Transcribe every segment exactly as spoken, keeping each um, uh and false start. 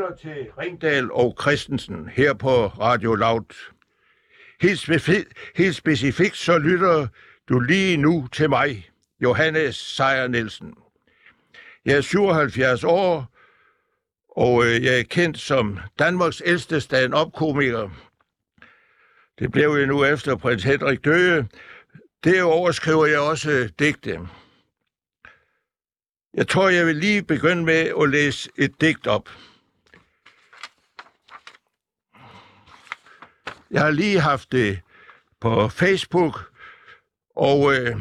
lytter til Ringdal og Christensen her på Radio Loud. Helt, specif- helt specifikt så lytter du lige nu til mig, Johannes Sejer Nielsen. Jeg er syvoghalvfjerds år, og jeg er kendt som Danmarks ældste stand-up-komiker. Det blev jeg nu efter prins Henrik døde. Derover skriver jeg også digte. Jeg tror, jeg vil lige begynde med at læse et digt op. Jeg har lige haft det på Facebook, og øh,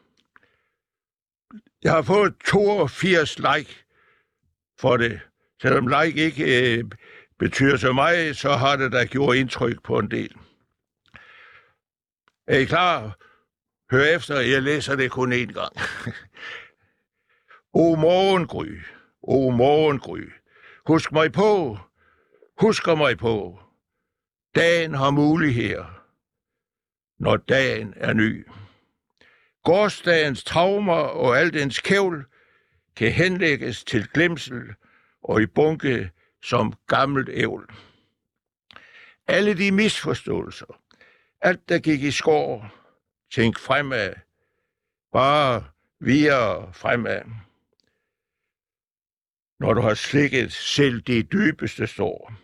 jeg har fået toogfirs like for det. Selvom like ikke øh, betyder så meget, så har det da gjort indtryk på en del. Er I klar? Hør efter, jeg læser det kun én gang. O morgengry, o morgengry, husk mig på, husker mig på. Dagen har muligheder, når dagen er ny. Gårsdagens traumer og al dens kævl kan henlægges til glemsel og i bunke som gammelt ævl. Alle de misforståelser, alt der gik i skår, tænk fremad, bare videre fremad. Når du har slikket selv de dybeste sår.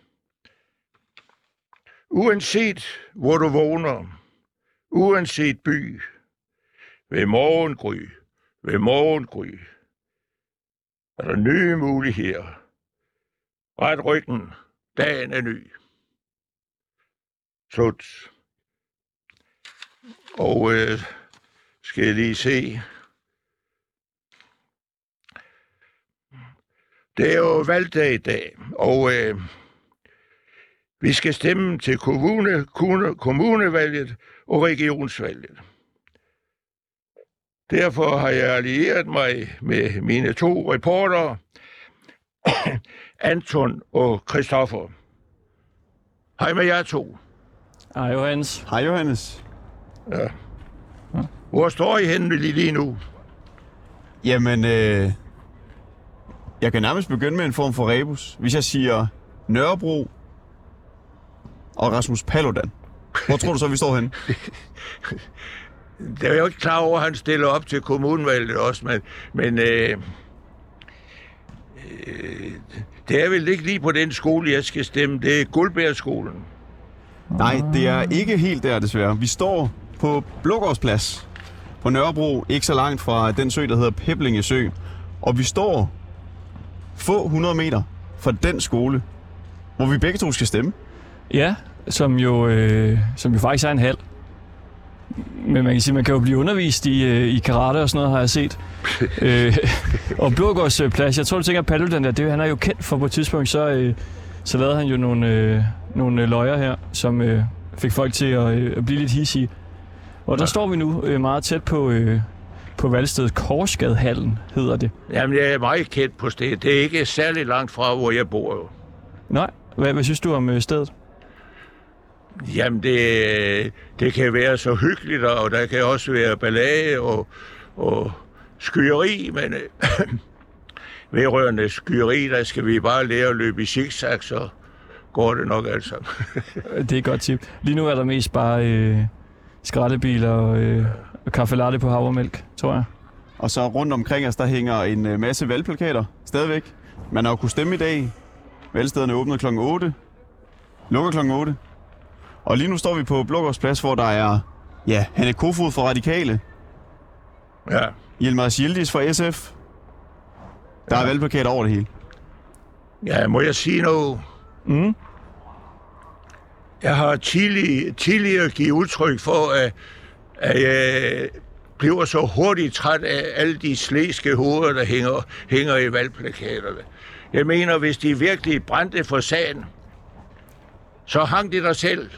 Uanset hvor du vågner, uanset by, ved morgengry, ved morgengry, er der nye muligheder. Ret ryggen, dagen er ny. Slut. Og øh, skal jeg lige se. Det er jo valgdag i dag, og øh, vi skal stemme til kommune, kommune, kommunevalget og regionsvalget. Derfor har jeg allieret mig med mine to reportere, Anton og Christoffer. Hej med jer to. Hej Johannes. Hej Johannes. Ja. Hvor står I henne lige nu? Jamen, øh, jeg kan nærmest begynde med en form for rebus. Hvis jeg siger Nørrebro og Rasmus Paludan, hvor tror du så, vi står henne? Det er jo ikke klar over, at han stiller op til kommunevalget også, men, men øh, øh, det er vel ikke lige på den skole, jeg skal stemme. Det er Guldbærskolen. Nej, det er ikke helt der, desværre. Vi står på Blågårdsplads på Nørrebro, ikke så langt fra den sø, der hedder Peblinge Sø. Og vi står få hundrede meter fra den skole, hvor vi begge to skal stemme. Ja, som jo, øh, som jo faktisk er en halv. Men man kan sige, man kan jo blive undervist i, øh, i karate og sådan noget, har jeg set. øh, og Blågårdsplads, jeg tror, du tænker, at Paludan der, det, han er jo kendt for på et tidspunkt, så, øh, så lavede han jo nogle, øh, nogle løjer her, som øh, fik folk til at, øh, at blive lidt hissige. Og der ja. står vi nu øh, meget tæt på, øh, på valgstedet Korsgadehallen, hedder det. Jamen, jeg er meget kendt på stedet. Det er ikke særlig langt fra, hvor jeg bor jo. Nej, hvad, hvad synes du om øh, stedet? Jamen, det, det kan være så hyggeligt, og der kan også være ballade og, og skyeri, men øh, vedrørende skyeri, der skal vi bare lære at løbe i zigzag, så går det nok alt sammen. Det er et godt tip. Lige nu er der mest bare øh, skraldebiler og, øh, og kaffe latte på havremælk, tror jeg. Og så rundt omkring os, der hænger en masse valgplakater stadigvæk. Man har jo kunnet stemme i dag. Valgstederne åbner klokken otte. Lukker klokken otte. Og lige nu står vi på Blågårdsplads, hvor der er, ja, Hanne Kofod fra Radikale. Ja. Yilmaz Yildiz fra S F. Der ja. er valgplakater over det hele. Ja, må jeg sige noget? Mm. Jeg har tidlig, tidligere givet udtryk for, at, at jeg bliver så hurtigt træt af alle de slæske hoveder, der hænger, hænger i valgplakaterne. Jeg mener, hvis de virkelig brændte for sagen, så hang de der selv.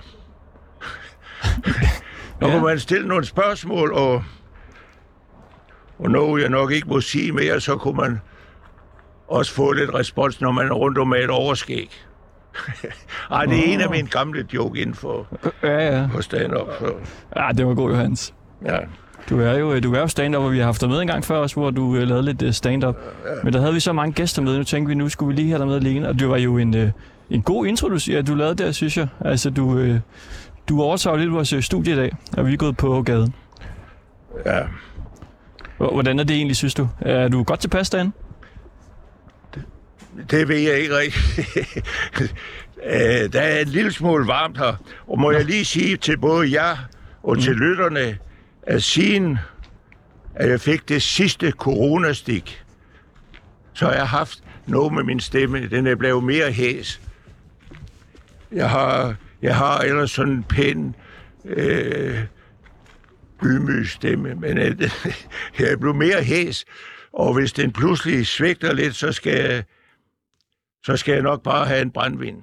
Når ja. man stille nogle spørgsmål, og, og noget jeg nok ikke må sige mere, så kunne man også få lidt respons, når man er rundt om med et overskæg. Ej, det er oh. en af mine gamle joke inden for, ja, ja. for stand-up. Så. Ja, det var god, Johannes. Ja. Du er jo, du er jo stand-up, og vi har haft dig med en gang før også, hvor du uh, lavede lidt uh, stand-up. Men der havde vi så mange gæster med, nu tænkte vi, nu skulle vi lige have dig med alene. Og det var jo en, uh, en god intro, du, ja, du lavede der, synes jeg. Altså, du, uh, du overtog lidt vores uh, studie i dag, og vi er gået på gaden. Ja. Hvordan er det egentlig, synes du? Er du godt tilpas derinde? Det, det ved jeg ikke rigtigt. Der er en lille smule varmt her, og må Nå. jeg lige sige til både jer og til mm. lytterne, at siden at jeg fik det sidste coronastik, så har jeg haft noget med min stemme. Den er blevet mere hæs. Jeg har, jeg har ellers sådan en pæn, øh, ydmyg stemme, men øh, jeg er blevet mere hæs, og hvis den pludselig svigter lidt, så skal jeg, så skal jeg nok bare have en brandvin.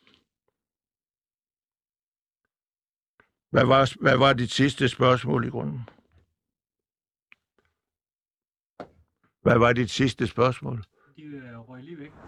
Hvad var, hvad var dit sidste spørgsmål i grunden? Hvad var dit sidste spørgsmål? De røg lige væk.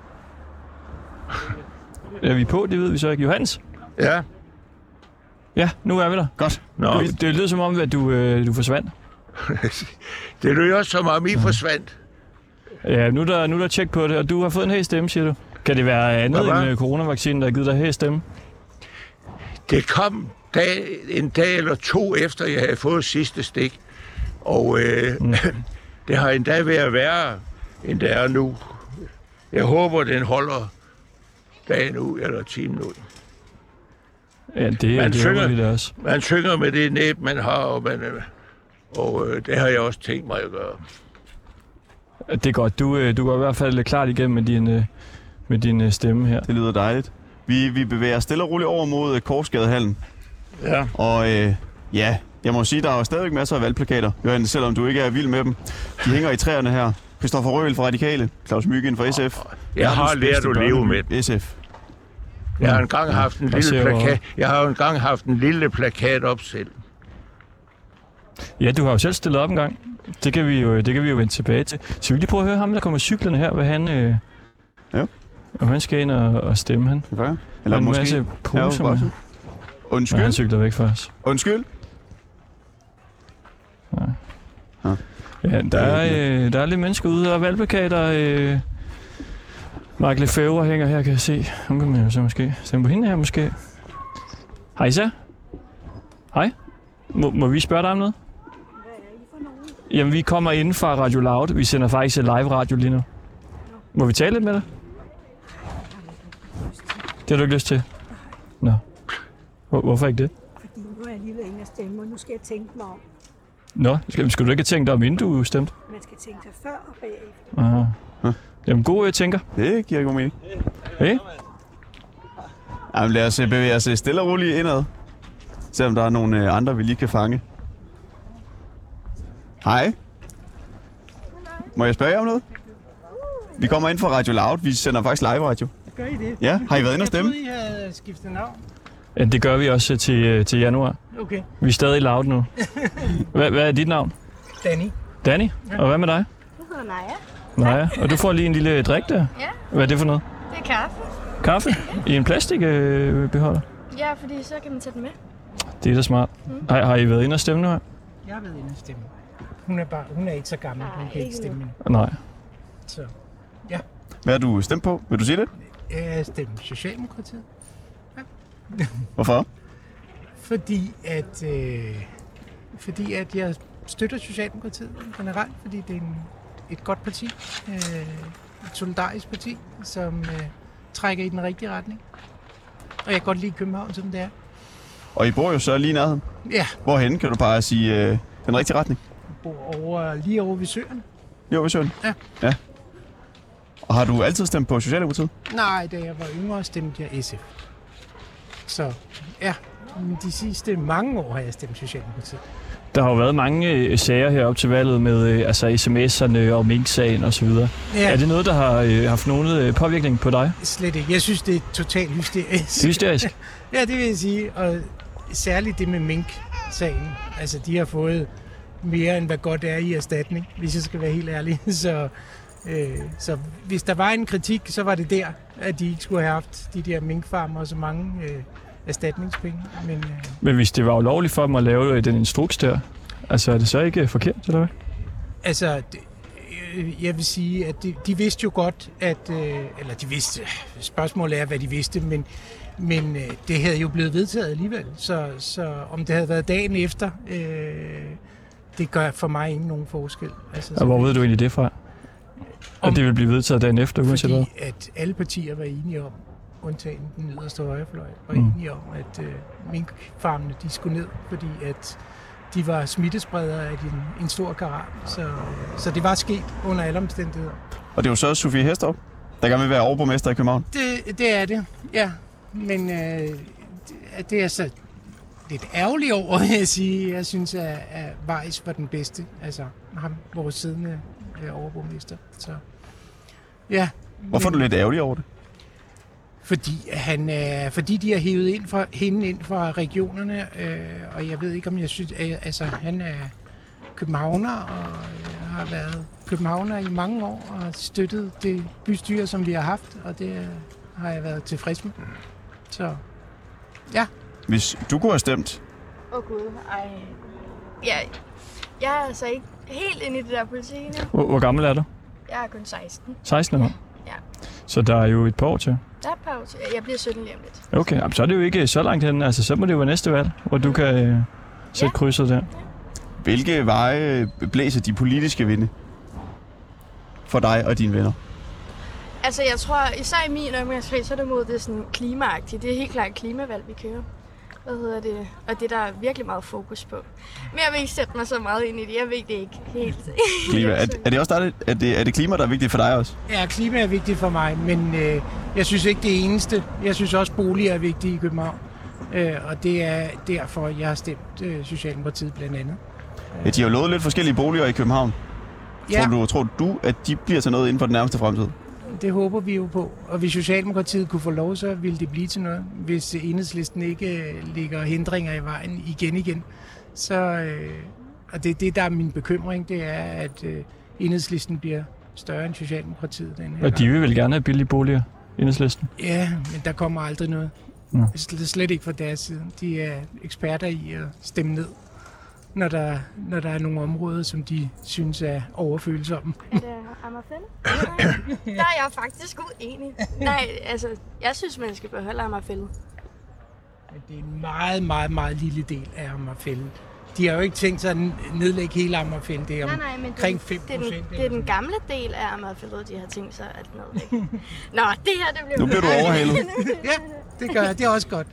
Er vi på? Det ved vi så ikke. Johannes? Ja. Ja, nu er vi der. Godt. Nå. Det, det lyder som om, at du, øh, du forsvandt. Det lyder også som om, I forsvandt. Ja, nu er der, nu er der tjek på det, og du har fået en hæs stemme, siger du. Kan det være andet end uh, coronavaccinen, der har givet dig hæs stemme? Det kom dag, en dag eller to efter, jeg havde fået sidste stik. Og øh, mm. det har endda været værre, end det er nu. Jeg håber, den holder dagen ud eller timen ud. Ja, det, man det synger, det også. Man synger med det næb, man har, og, man, og øh, det har jeg også tænkt mig at gøre. Det er godt. Du, du går i hvert fald klart igennem med din, med din stemme her. Det lyder dejligt. Vi, vi bevæger stille og roligt over mod Korsgadehallen. Ja. Og øh, ja, jeg må sige, der er jo stadigvæk masser af valgplakater, Johannes, selvom du ikke er vild med dem. De hænger i træerne her. Christoffer Røhl fra Radikale, Claus Myggen fra S F. Jeg har lært at leve med S F. Jeg har engang haft en lille plakat. Jeg har engang haft en lille plakat op selv. Ja, du har jo selv stillet op en gang. Det kan vi jo, det kan vi jo vende tilbage til. Så vi lige prøve at høre ham, der kommer cyklerne her, hvad han, øh, ja. og han skal ind og, og stemme han. Ja, eller en måske. Masse poser ja, med. Undskyld. Nej, han cykler væk fra os. Undskyld. Ja. Ja. Ja, der er, øh, der er lidt mennesker ude og valgplakater. Øh, Mark Lefebvre hænger her, kan jeg se. Hun kan man jo så måske stemme på hende her, måske. Hej så. Hej. Må, må vi spørge dig om noget? Hvad er I for nogen? Jamen, vi kommer inden fra Radio Loud. Vi sender faktisk live radio lige nu. Må vi tale lidt med dig? Det har du ikke lyst til? Nå. Hvor, hvorfor ikke det? Fordi nu er jeg lige været inde og stemme, og nu skal jeg tænke mig om. Nå, skal, skal du ikke have tænkt dig om, inden du stemte? Man skal tænke sig før og bagefter. Aha. Ja. Jamen, god jeg tænker. Det giver god mening. Hey. Jamen, lad os bevæge os stille og roligt indad. Selvom der er nogle andre, vi lige kan fange. Hej. Må jeg spørge jer om noget? Vi kommer ind fra Radio Loud. Vi sender faktisk live radio. Gør I det? Ja, har I været inde og stemme? Jeg troede, I havde skiftet navn. Ja, det gør vi også til, til januar. Okay. Vi er stadig Loud nu. Hvad, hvad er dit navn? Danny. Danny? Og hvad med dig? Jeg hedder Naja. Naja. Og du får lige en lille drik der? Ja. Hvad er det for noget? Det er kaffe. Kaffe? I en plastikbeholder? Ja, fordi så kan man tage den med. Det er da smart. Mm. Har, har I været inde og stemme nu her? Jeg har været inde og stemme. Hun er, bare, hun er ikke så gammel, hun kan ikke stemme endnu. Nej. Så, ja. Hvad har du stemt på? Vil du sige det? Jeg har stemt Socialdemokratiet. Ja. Hvorfor? Fordi at, øh, fordi at jeg støtter Socialdemokratiet generelt, fordi det er en, et godt parti. Øh, et solidarisk parti, som øh, trækker i den rigtige retning. Og jeg kan godt lide København, som det er. Og I bor jo så lige nærheden. Ja. Hvorhen kan du bare sige øh, den rigtige retning? Jeg bor over, lige over ved søen. Jo, ved søen? Ja. Ja. Og har du altid stemt på Socialdemokratiet? Nej, da jeg var yngre, stemte jeg S F. Så ja, de sidste mange år har jeg stemt Socialdemokratiet. Der har jo været mange øh, sager herop til valget med øh, altså sms'erne og Mink-sagen osv. Ja. Er det noget, der har øh, haft nogen øh, påvirkning på dig? Slet ikke. Jeg synes, det er totalt hysterisk. Hysterisk? Ja, det vil jeg sige. Og særligt det med Mink-sagen. Altså, de har fået mere end hvad godt er i erstatning, hvis jeg skal være helt ærlig. Så, øh, så hvis der var en kritik, så var det der, at de ikke skulle have haft de der minkfarmer og så mange øh, erstatningspenge. Men, øh, Men hvis det var ulovligt for dem at lave den instruks der, Altså, er det så ikke forkert, eller hvad? Altså, det, øh, jeg vil sige, at de, de vidste jo godt, at... Øh, eller de vidste... Spørgsmålet er, hvad de vidste, men, men øh, det havde jo blevet vedtaget alligevel. Så, så om det havde været dagen efter, øh, det gør for mig ikke nogen forskel. Altså, og hvor ved du egentlig det fra? At det vil blive vedtaget dagen efter, uanset hvad? Fordi at alle partier var enige om, undtagen den yderste højrefløj, var Mm. enige om, at øh, minkfarmene de skulle ned, fordi at de var smittespredere af en, en stor karat. Så, så det var sket under alle omstændigheder. Og det er jo så Sofie Hæstrup, der gerne vil være overborgmester i København. Det, det er det, ja. Men øh, det, det er så lidt ærgerligt over, vil jeg sige. Jeg synes, at, at Weiss var den bedste. Altså ham, vores siddende øh, overborgmester. Så ja. Hvorfor er du lidt ærgerlig over det? Fordi, han, øh, fordi de har hævet ind fra, hende ind fra regionerne, øh, og jeg ved ikke, om jeg synes... Øh, altså, han er københavner, og øh, har været københavner i mange år, og har støttet det bystyre, som vi har haft, og det øh, har jeg været tilfreds med. Så, ja. Hvis du kunne have stemt... Åh oh, gud, ej. Ja, jeg er altså ikke helt inde i det der politik endnu. Hvor, hvor gammel er du? Jeg er kun seksten. seksten år? Ja. Så der er jo et par år til. Der er et par år til. Jeg bliver sytten lige om lidt. Okay, jamen, så er det jo ikke så langt hen. Altså, så må det jo være næste valg, hvor du kan øh, sætte Ja. krydset der. Hvilke veje blæser de politiske vinde for dig og dine venner? Altså, jeg tror, især i min omgangskreds, så er det mod det sådan klimaagtigt. Det er helt klart et klimavalg, vi kører. Hvad hedder det? Og det der er virkelig meget fokus på. Men jeg vil ikke sætte mig så meget ind i det. Jeg ved det ikke helt. Klima. Er, er det også der, er det, er det klima, der er vigtigt for dig også? Ja, klima er vigtigt for mig, men øh, jeg synes ikke det eneste. Jeg synes også, boliger er vigtige i København. Øh, og det er derfor, jeg har stemt øh, Socialdemokratiet blandt andet. Ja, de har jo lovet lidt forskellige boliger i København. Ja. Tror, du, tror du, at de bliver til noget inden for den nærmeste fremtid? Det håber vi jo på. Og hvis Socialdemokratiet kunne få lov, så ville det blive til noget. Hvis Enhedslisten ikke lægger hindringer i vejen igen igen. Så, øh, og det, det, der er min bekymring, det er, at øh, Enhedslisten bliver større end Socialdemokratiet. Den her Og de gang. vil vel gerne have billige boliger, Enhedslisten? Ja, men der kommer aldrig noget. Nå. Slet, slet ikke fra deres side. De er eksperter i at stemme ned, når der, når der er nogle områder, som de synes er overfølsomme. Er det Amagerfælled? Der er jeg faktisk uenig. Nej, altså, jeg synes, man skal beholde Amagerfælled. Men det er en meget, meget, meget lille del af Amagerfælled. De har jo ikke tænkt sig at nedlægge hele Amagerfælled. Det er Nej, nej, men det, omkring fem det, er procent. den, det er den gamle del af Amagerfælled, de har tænkt sig at nedlægge. Nå, det her, det bliver... Nu bliver du overhalet. Ja, det gør jeg. Det er også godt.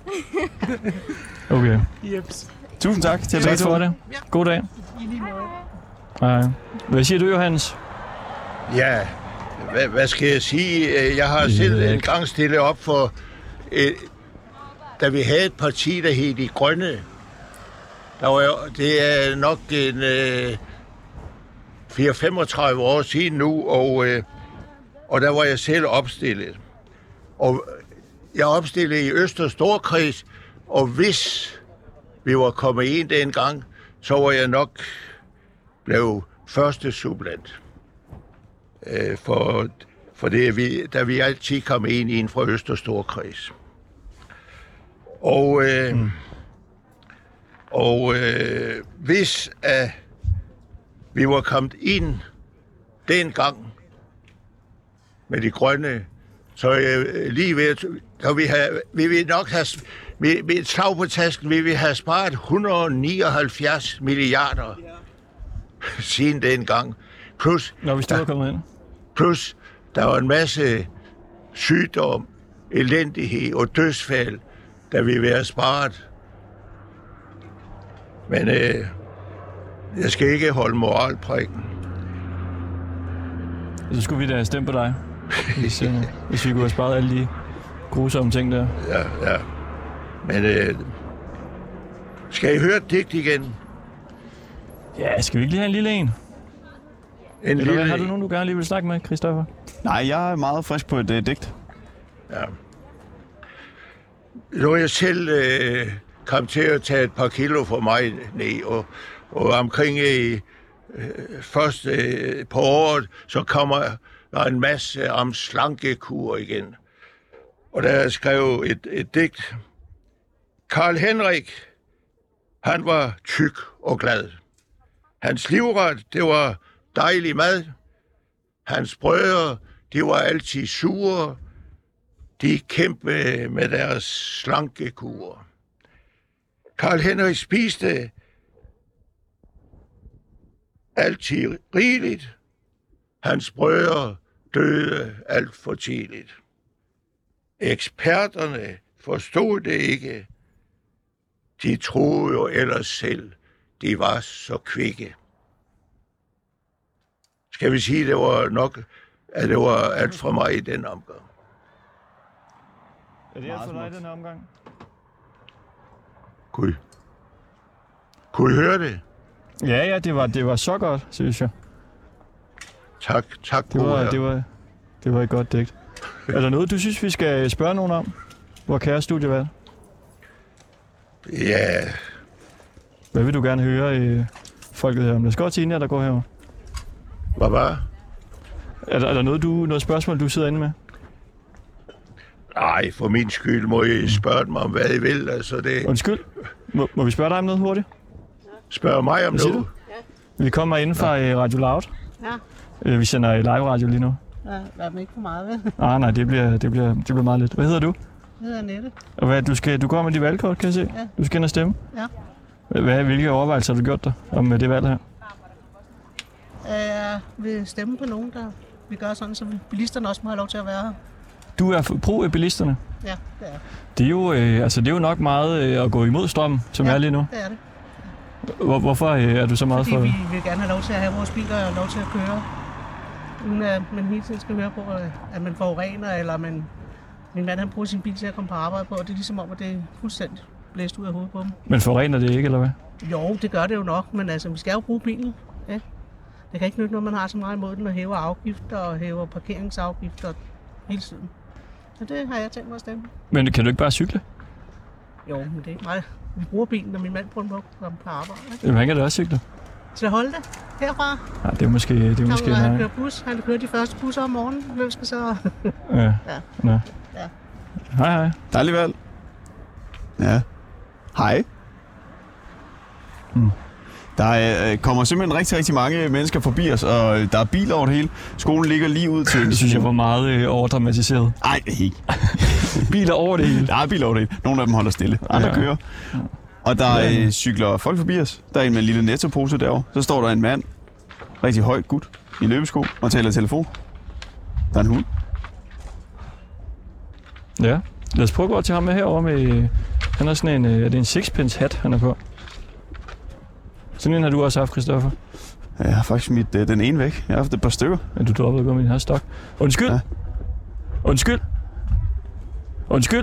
Okay. Jeps. Tusind tak til Tak for det. God dag. I lige måde. Hej. Hvad siger du, Johannes? Ja, hvad, hvad skal jeg sige? Jeg har selv en gang stillet op for, øh, da vi havde et parti, der hed De Grønne. Der var, jo- det er nok en øh, fireogtredive til femogtredive år siden nu, og, øh, og der var jeg selv opstillet. Og jeg opstillede i Øster Storkreds, og hvis vi var kommet ind dengang, så var jeg nok blevet første suppleant. Øh, for, for det er vi, da vi altid kom ind i en fra Øster Storkreds. Og, øh, mm. og øh, hvis øh, vi var kommet ind dengang med De Grønne, så øh, lige ved, så vi, have, vi vil nok have, med, med et slag på tasken, vi vil have sparet et hundrede og nioghalvfjerds milliarder siden dengang. Plus, Når vi stod kommet ind. plus, der var en masse sygdom, elendighed og dødsfald, der ville være sparet. Men øh, jeg skal ikke holde moralprædiken. Så skulle vi da stemme på dig, hvis, øh, hvis vi kunne have sparet alle de grusomme ting der. Ja, ja. Men øh, skal I høre et digt igen? Ja, skal vi ikke lige have en lille en? En Eller hvad, lille... har du nogen, du gerne lige vil snakke med, Christoffer? Nej, jeg er meget frisk på et uh, digt. Ja. Nu er jeg selv øh, kom til at tage et par kilo for mig ned, og, og omkring øh, først øh, på året, så kommer der en masse om slankekur igen. Og der er skrevet et, et digt. Karl Henrik, han var tyk og glad. Hans livret, det var dejlig mad. Hans brødre, de var altid sure. De kæmpede med deres slankekur. Karl Henrik spiste altid rigeligt. Hans brødre døde alt for tidligt. Eksperterne forstod det ikke. De troede jo ellers selv, de var så kvikke. Skal vi sige, det var nok, at det var alt fra mig i den omgang. Er det alt for dig i den omgang? Kunne I, kunne I høre det? Ja, ja, det var, det var så godt, synes jeg. Tak, tak. Det var, det var, det var et godt digt. Er der noget, du synes, vi skal spørge nogen om? Hvor kære studievært? Ja. Hvad vil du gerne høre øh, folket her om? Det skal godt Tina, der går herovre. Hvad var? Er der, er der noget, du, noget spørgsmål, du sidder inde med? Nej, for min skyld må I spørge mig om, hvad I vil. Altså det... Undskyld. Må, må vi spørge dig om noget hurtigt? Spørg mig om hvad noget? Ja. Vi kommer ind fra ja. Radio Loud. Ja. Vi sender live radio lige nu. Ja, lad dem ikke for meget, vel? Ah, nej, det bliver, det, bliver, det bliver meget lidt. Hvad hedder du? Jeg hedder Annette. Og hvad, du, skal, du går med dit valgkort, kan jeg se? Ja. Du skal ind og stemme? Ja. Hvad, hvilke overvejelser har du gjort dig om det valg her? Jeg vil stemme på nogen, der vil gøre sådan, så bilisterne også må have lov til at være her. Du er pro bilisterne? Ja, det er. Det er jo, øh, altså, det er jo nok meget øh, at gå imod strømmen, som ja, er lige nu. det er det. Hvor, hvorfor øh, er du så meget Fordi for... vi vil gerne have lov til at have vores biler og lov til at køre, uden at man hele tiden skal høre på, at man forurener, eller man... Min mand han bruger sin bil til at komme på arbejde på, og det er ligesom om, at det er fuldstændig blæst ud af hovedet på dem. Men forurener det ikke, eller hvad? Jo, det gør det jo nok, men altså, vi skal jo bruge bilen. Ja? Det kan ikke nytte, når man har så meget imod den, og hæver afgifter og hæver parkeringsafgifter hele tiden. Så det har jeg tænkt mig at stemme. Men kan du ikke bare cykle? Jo, men det er ikke meget. Vi bruger bilen, når min mand bruger den på at komme på arbejde. Ikke? Jamen, han kan da også cykle. Til at holde det herfra. Ja, det er måske... Det er måske han, han kører bus. Han kører de første busser om morgenen. Hvem skal så... ja. ja. Nå. Ja. Hej, hej. Dejligt valg. Ja. Hej. Hmm. Der øh, kommer simpelthen rigtig, rigtig mange mennesker forbi os, og der er biler over det hele. Skolen ligger lige ud til... Det synes jeg var meget øh, overdramatiseret. Nej, ikke. Biler over det hele. Der er biler over det hele. Nogle af dem holder stille, andre ja. kører. Og der øh, cykler folk forbi os. Der er en med en lille nettopose derovre. Så står der en mand, rigtig høj gut, i løbesko og taler i telefon. Der er en hund. Ja, lad os prøve at gå til ham med herovre med... Han har sådan en... Er det en sixpence hat, han er på? Sådan en har du også haft, Christoffer. Jeg har faktisk mit, øh, den ene væk. Jeg har haft et par stykker. Ja, du droppede at gå med din her stok. Undskyld! Ja. Undskyld! Undskyld!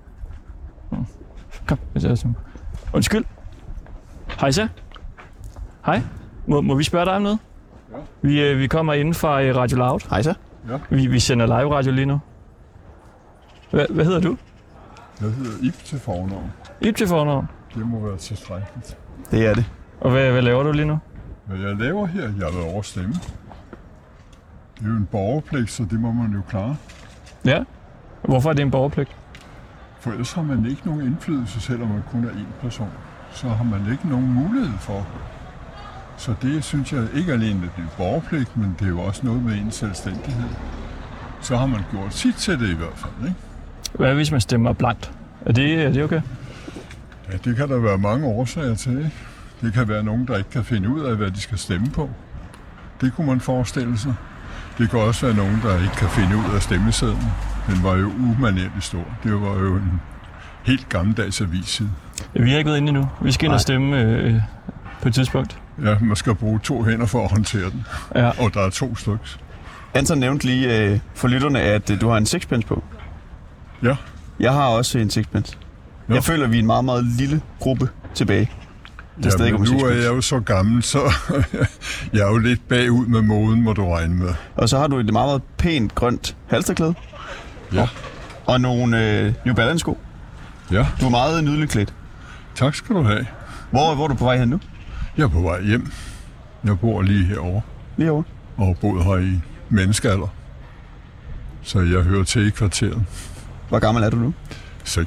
Kom, jeg tager sådan. Undskyld! Hej så. Hej. Må, må vi spørge dig om noget? Ja. Vi, øh, vi kommer inden fra øh, Radio Loud. Hej så. Ja. Vi, vi sender live radio lige nu. Hva, hvad hedder du? Jeg hedder Ib til fornavn. Ib til fornavn? Det må være tilstrækkeligt. Det er det. Og hvad, hvad laver du lige nu? Hvad jeg laver her? Jeg vil overstemme. Det er jo en borgerpligt, så det må man jo klare. Ja. Hvorfor er det en borgerpligt? For ellers har man ikke nogen indflydelse, selvom man kun er én person. Så har man ikke nogen mulighed for. Så det synes jeg ikke alene, at det er borgerpligt, men det er jo også noget med ens selvstændighed. Så har man gjort sit til det i hvert fald, ikke? Hvad hvis man stemmer blankt? Er det, er det okay? Ja, det kan der være mange årsager til, ikke? Det kan være nogen, der ikke kan finde ud af, hvad de skal stemme på. Det kunne man forestille sig. Det kan også være nogen, der ikke kan finde ud af stemmesedlen. Den var jo umanerligt stor. Det var jo en helt gammeldags avisside. Ja, vi har ikke været inde endnu. Vi skal ind og stemme øh, på et tidspunkt. Ja, man skal bruge to hænder for at håndtere den. Ja. Og der er to stykker. Anton nævnte lige øh, for lytterne, at øh, du har en sixpence på. Ja. Jeg har også en sixpence. Ja. Jeg føler, at vi er en meget, meget lille gruppe tilbage. Ja, men nu er jeg jo så gammel, så jeg er jo lidt bagud med moden, må du regne med. Og så har du et meget, meget pænt grønt halsterklæde. Ja. Og, og nogle øh, New Balance-sko. Ja. Du er meget nydeligt klædt. Tak skal du have. Hvor, hvor er du på vej hen nu? Jeg er på vej hjem. Jeg bor lige herovre. Lige herovre? Og har boet her i menneskealder. Så jeg hører til i kvarteret. Hvor gammel er du nu?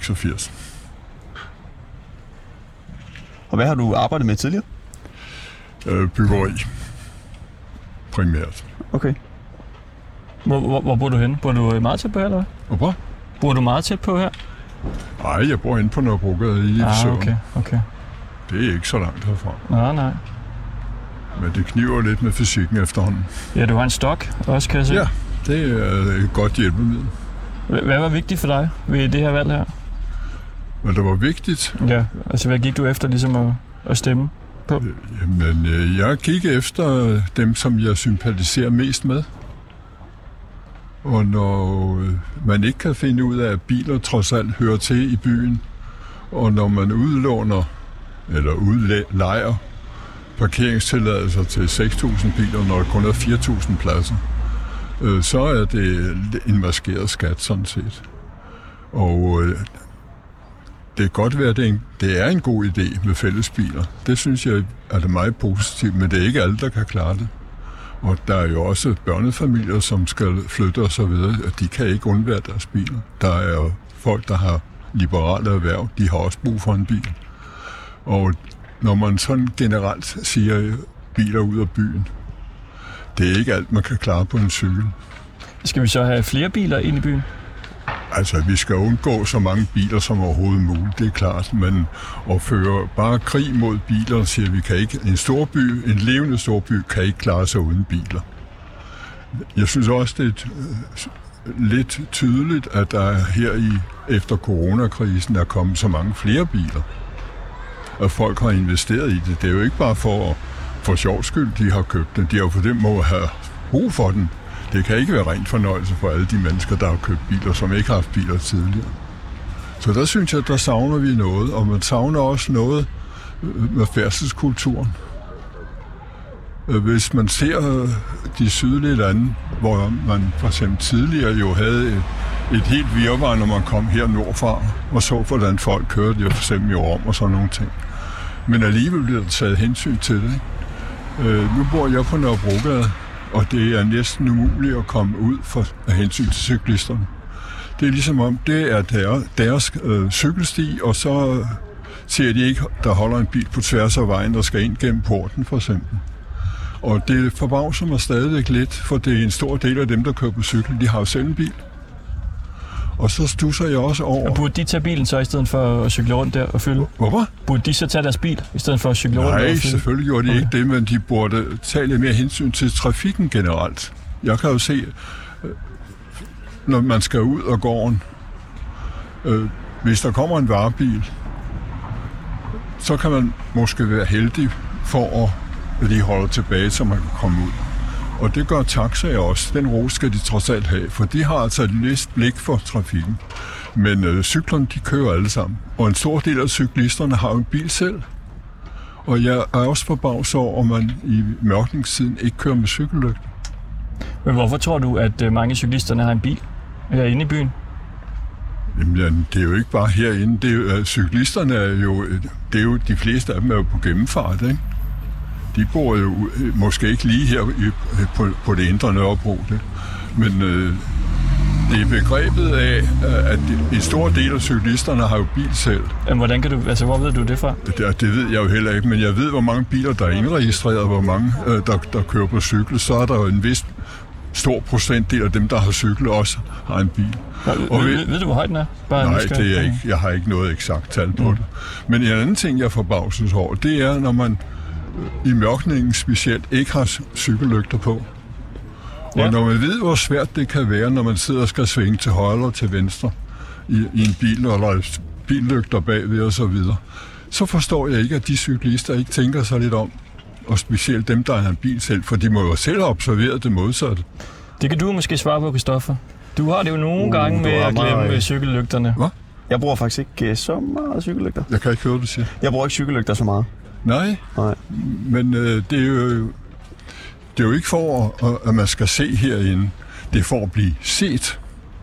seksogfirs. Og hvad har du arbejdet med tidligere? Øh, byggeri. Primært. Okay. Hvor, hvor, hvor bor du henne? Bor du meget tæt på her, eller hvad? Hvor? Bor du meget tæt på her? Nej, jeg bor inde på Nørrebrogade i Ah, Søren. okay, okay. Det er ikke så langt herfra. Nej, nej. Men det kniver lidt med fysikken efterhånden. Ja, du har en stok også, kan jeg se. Ja, det er et godt hjælpemiddel. Hvad var vigtigt for dig ved det her valg her? Men det var vigtigt. Ja, altså hvad gik du efter ligesom at, at stemme på? Jamen, jeg gik efter dem, som jeg sympatiserer mest med. Og når man ikke kan finde ud af, at biler trods alt hører til i byen, og når man udlåner eller udlejer parkeringstilladelser til seks tusind biler, når der kun er fire tusind pladser, øh, så er det en maskeret skat sådan set. Og øh, det kan godt være, at det er, en, det er en god idé med fællesbiler. Det synes jeg er det meget positivt, men det er ikke alle, der kan klare det. Og der er jo også børnefamilier, som skal flytte og så videre, og de kan ikke undvære deres biler. Der er folk, der har liberale erhverv, de har også brug for en bil. Og når man sådan generelt siger biler ud af byen, det er ikke alt, man kan klare på en cykel. Skal vi så have flere biler ind i byen? Altså, vi skal undgå så mange biler som overhovedet muligt, det er klart. Men at føre bare krig mod biler, siger vi, kan ikke. En storby, en levende storby, kan ikke klare sig uden biler. Jeg synes også, det er lidt tydeligt, at der her i efter coronakrisen er kommet så mange flere biler. At folk har investeret i det. Det er jo ikke bare for, for sjov skyld, de har købt den. De har jo for dem må have brug for den. Det kan ikke være rent fornøjelse for alle de mennesker, der har købt biler, som ikke har haft biler tidligere. Så der synes jeg, der savner vi noget, og man savner også noget med færdselskulturen. Hvis man ser de sydlige lande, hvor man for eksempel tidligere jo havde et, et helt virvar, når man kom her nordfra, og så hvordan folk kørte, jo for eksempel i Rom og sådan nogle ting. Men alligevel bliver der taget hensyn til det. Ikke? Øh, nu bor jeg på Nørrebrogade, og det er næsten umuligt at komme ud for af hensyn til cyklisterne. Det er ligesom om, det er deres, deres øh, cykelsti, og så ser de ikke, der holder en bil på tværs af vejen, der skal ind gennem porten for eksempel. Og det forbavser mig stadigvæk lidt, for det er en stor del af dem, der kører på cykel, de har jo selv en bil. Og så stusser jeg også over... Og burde de tage bilen så, i stedet for at cykle rundt der og fylde? Hvorfor? Burde de så tage deres bil, i stedet for at cykle rundt Nej, der og fylde? Nej, selvfølgelig gjorde de okay. ikke det, men de burde tage lidt mere hensyn til trafikken generelt. Jeg kan jo se, når man skal ud af gården, øh, hvis der kommer en varebil, så kan man måske være heldig for at de holder tilbage, så man kan komme ud. Og det gør taxaer også. Den ro skal de trods alt have, for de har altså et lidt blik for trafikken. Men øh, cyklerne, de kører alle sammen. Og en stor del af cyklisterne har en bil selv. Og jeg er også forbavset over, at man i mørkningstiden ikke kører med cykellygter. Men hvorfor tror du, at mange cyklisterne har en bil herinde i byen? Jamen, det er jo ikke bare herinde. Det er jo, cyklisterne er jo, det er jo, de fleste af dem er jo på gennemfart, ikke? De bor jo måske ikke lige her i, på, på det indre Nørrebro, det. Men øh, det er begrebet af, at en stor del af cyklisterne har jo bil selv. Jamen, hvordan kan du, altså, hvor ved du det fra? Det, det ved jeg jo heller ikke, men jeg ved, hvor mange biler, der er indregistreret, hvor mange, øh, der, der kører på cykel. Så er der jo en vis stor procentdel af dem, der har cykel, også har en bil. Ja, og ved, ved, ved du, hvor højt den er? Bare nej, det er ikke. Jeg har ikke noget eksakt tal på mm. det. Men en anden ting, jeg forbavses over, det er, når man i mørkningen specielt ikke har cykellygter på. Ja. Og når man ved, hvor svært det kan være, når man sidder og skal svinge til højre og til venstre i, i en bil, eller billygter bagved og så videre, så forstår jeg ikke, at de cyklister ikke tænker sig lidt om, og specielt dem, der har en bil selv, for de må jo selv have observeret det modsatte. Det kan du måske svare på, Christoffer. Du har det jo nogle uh, gange med at glemme meget... cykellygterne. Hvad? Jeg bruger faktisk ikke så meget cykellygter. Jeg kan ikke høre, hvad du siger. Jeg bruger ikke cykellygter så meget. Nej, Nej. men øh, det, er jo, det er jo ikke for, at, at man skal se herinde. Det er for at blive set.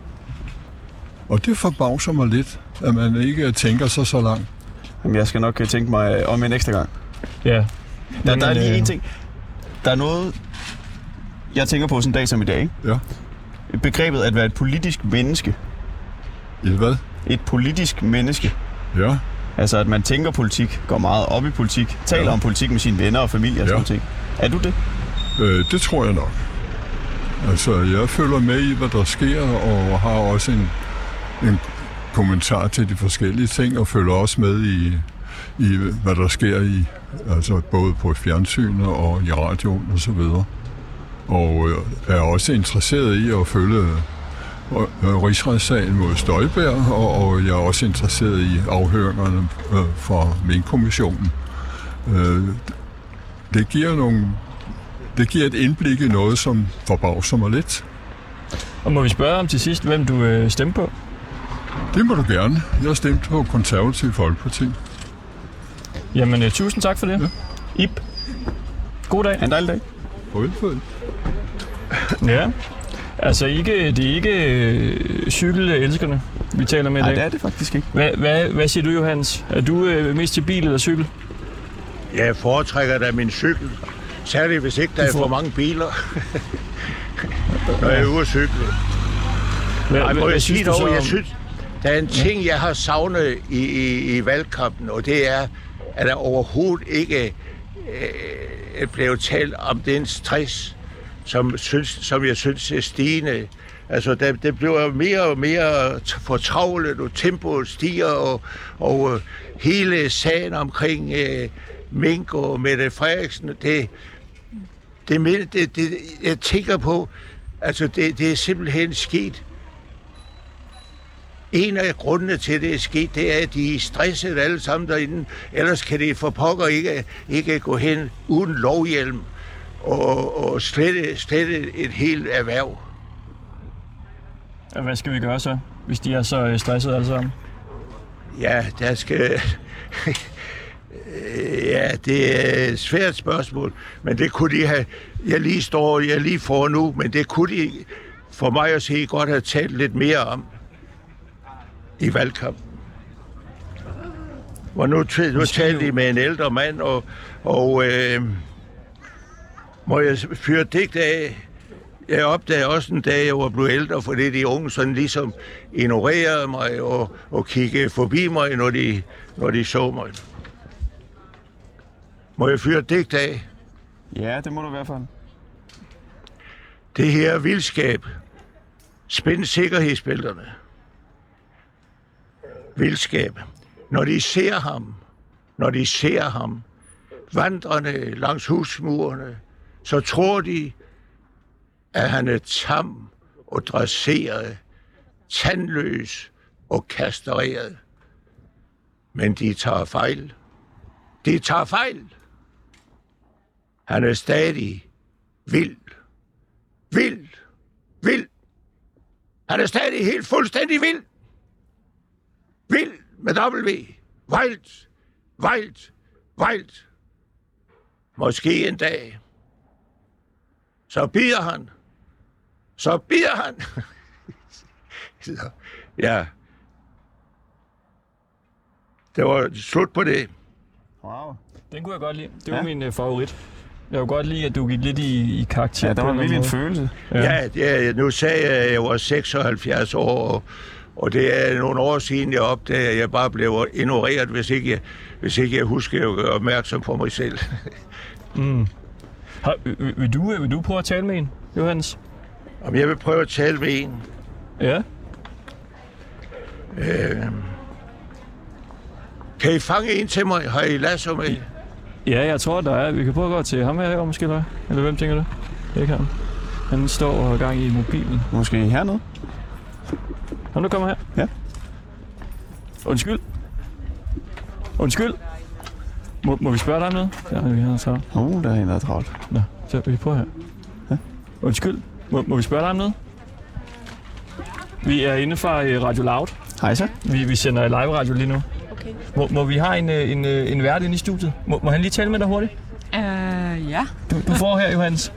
Og det forbavser mig lidt, at man ikke tænker sig så langt. Jamen, jeg skal nok tænke mig om en ekstra gang. Ja. Der, der er lige en ting. Der er noget, jeg tænker på sådan en dag som i dag. Ja. Begrebet at være et politisk menneske. Et hvad? Et politisk menneske. Ja. Altså, at man tænker politik, går meget op i politik, taler ja. om politik med sine venner og familie og ja. sådan ting. Er du det? Øh, det tror jeg nok. Altså, jeg følger med i, hvad der sker, og har også en, en kommentar til de forskellige ting, og følger også med i, i hvad der sker i, altså både på fjernsynet og i radioen og så videre. Og er også interesseret i at følge rigsretssagen mod Støjberg, og, og jeg er også interesseret i afhøringerne øh, fra Mink-kommissionen. Øh, det giver nogle, det giver et indblik i noget, som forbavser mig lidt. Og må vi spørge om til sidst, hvem du øh, stemte på? Det må du gerne. Jeg har stemt på Konservative Folkeparti. Jamen, øh, tusind tak for det. Ja. Ip. God dag. En dejlig dag. Velfødt. Ja. Altså, ikke, det er ikke øh, cykelelskerne, vi taler med i dag. Nej, det er det faktisk ikke. Hvad, hvad, hvad siger du, Johannes? Er du øh, mest til bil eller cykel? Jeg foretrækker da min cykel. Særligt hvis ikke der er for mange biler. Når jeg er ude at cykle. Hvad, Ej, må hvad, jeg sige dog, om... jeg synes, der er en ting, jeg har savnet i, i, i valgkampen, og det er, at der overhovedet ikke øh, blev talt om den stress, som, synes, som jeg synes er stigende. Altså, det, det bliver mere og mere fortravlet, og tempoet stiger, og, og øh, hele sagen omkring øh, Mink og Mette Frederiksen, det, det, det, det, jeg tænker på, altså, det, det er simpelthen sket. En af grundene til, at det er sket, det er, at de er stresset alle sammen derinde. Ellers kan det for pokker ikke, ikke gå hen uden lovhjelm og, og slette, slette et helt erhverv. Og hvad skal vi gøre så, hvis de er så stresset alle sammen? Ja, der skal... ja, det er et svært spørgsmål, men det kunne de have... Jeg lige står, jeg lige får nu, men det kunne de for mig at se godt have talt lidt mere om i valgkampen. Hvor nu, nu talte de med en ældre mand, og, og øh, må jeg fyre digt af. Jeg opdagede også en dag, jeg var blevet ældre, fordi de unge sådan ligesom ignorerede mig og, og kiggede forbi mig, når de, når de så mig. Må jeg fyre digt af? Ja, det må du i hvert fald. Det her vildskab. Spænd sikkerhedsbælterne. Vildskab. Når de ser ham, når de ser ham, vandrende langs husmurene, så tror de, at han er tam og dresseret, tandløs og kastreret. Men de tager fejl. De tager fejl. Han er stadig vild. Vild. Vild. Han er stadig helt fuldstændig vild. Vild med W. Vildt. Vildt. Vildt. Måske en dag. Så bider han. Så bider han. Ja. Det var slut på det. Wow. Den kunne jeg godt lide. Det var ja. min uh, favorit. Jeg kunne godt lide, at du gik lidt i, i karakter. Ja, der var virkelig en følelse. Ja, ja, nu sagde jeg, at jeg var seksoghalvfjerds år, og, og det er nogle år siden, jeg opdagede, at jeg bare blev ignoreret, hvis ikke jeg, hvis ikke jeg husker at gøre opmærksom på mig selv. mm. Har, vil, vil, du, vil du prøve at tale med en, Johannes? Om jeg vil prøve at tale med en? Ja. Øh, kan I fange en til mig? Har I lasso med? Ja, jeg tror, der er. Vi kan prøve at gå til ham her, måske, eller, eller hvem tænker du? Det er ikke ham. Han står og har gang i mobilen. Måske hernede? Ham, du kommer her? Ja. Undskyld. Undskyld. Må, må vi spørge dig om noget? Ja, vi har så. Åh, oh, der er en, der er travlt. Nå, så vi prøver her. Ja. Undskyld. Må, må vi spørge dig om noget? Vi er inde fra Radio Loud. Hej så. Vi, vi sender live radio lige nu. Okay. Må, må vi have en, en, en vært inde i studiet? Må, må han lige tale med dig hurtigt? Uh, ja. Du, du får her, Johannes.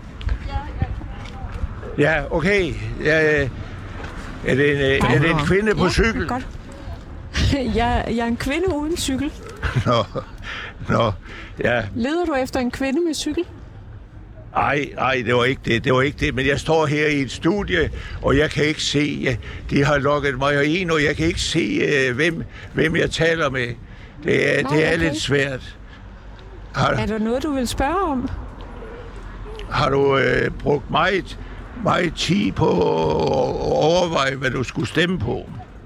Ja, okay. Ja, er, det en, er det en kvinde på ja, cykel? Godt. jeg, jeg er en kvinde uden cykel. Nå, nå, ja. Leder du efter en kvinde med cykel? Ej, ej, det var ikke det, det var ikke det, men jeg står her i et studie, og jeg kan ikke se, de har lukket mig ind, og jeg kan ikke se, hvem, hvem jeg taler med. Det er, Nå, det er okay. lidt svært. Har, Er der noget, du vil spørge om? har du øh, brugt meget, meget tid på at overveje, hvad du skulle stemme på?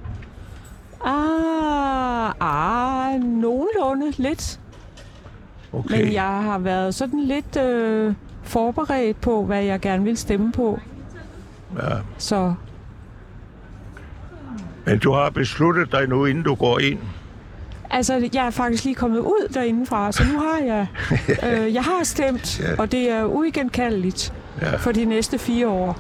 Ah, ah nogenlunde lidt. Okay. Men jeg har været sådan lidt øh, forberedt på, hvad jeg gerne vil stemme på. Ja. Så Men du har besluttet dig nu, inden du går ind. altså, jeg er faktisk lige kommet ud derindefra, så nu har jeg, øh, jeg har stemt, Ja. og det er uigenkaldeligt Ja. for de næste fire år.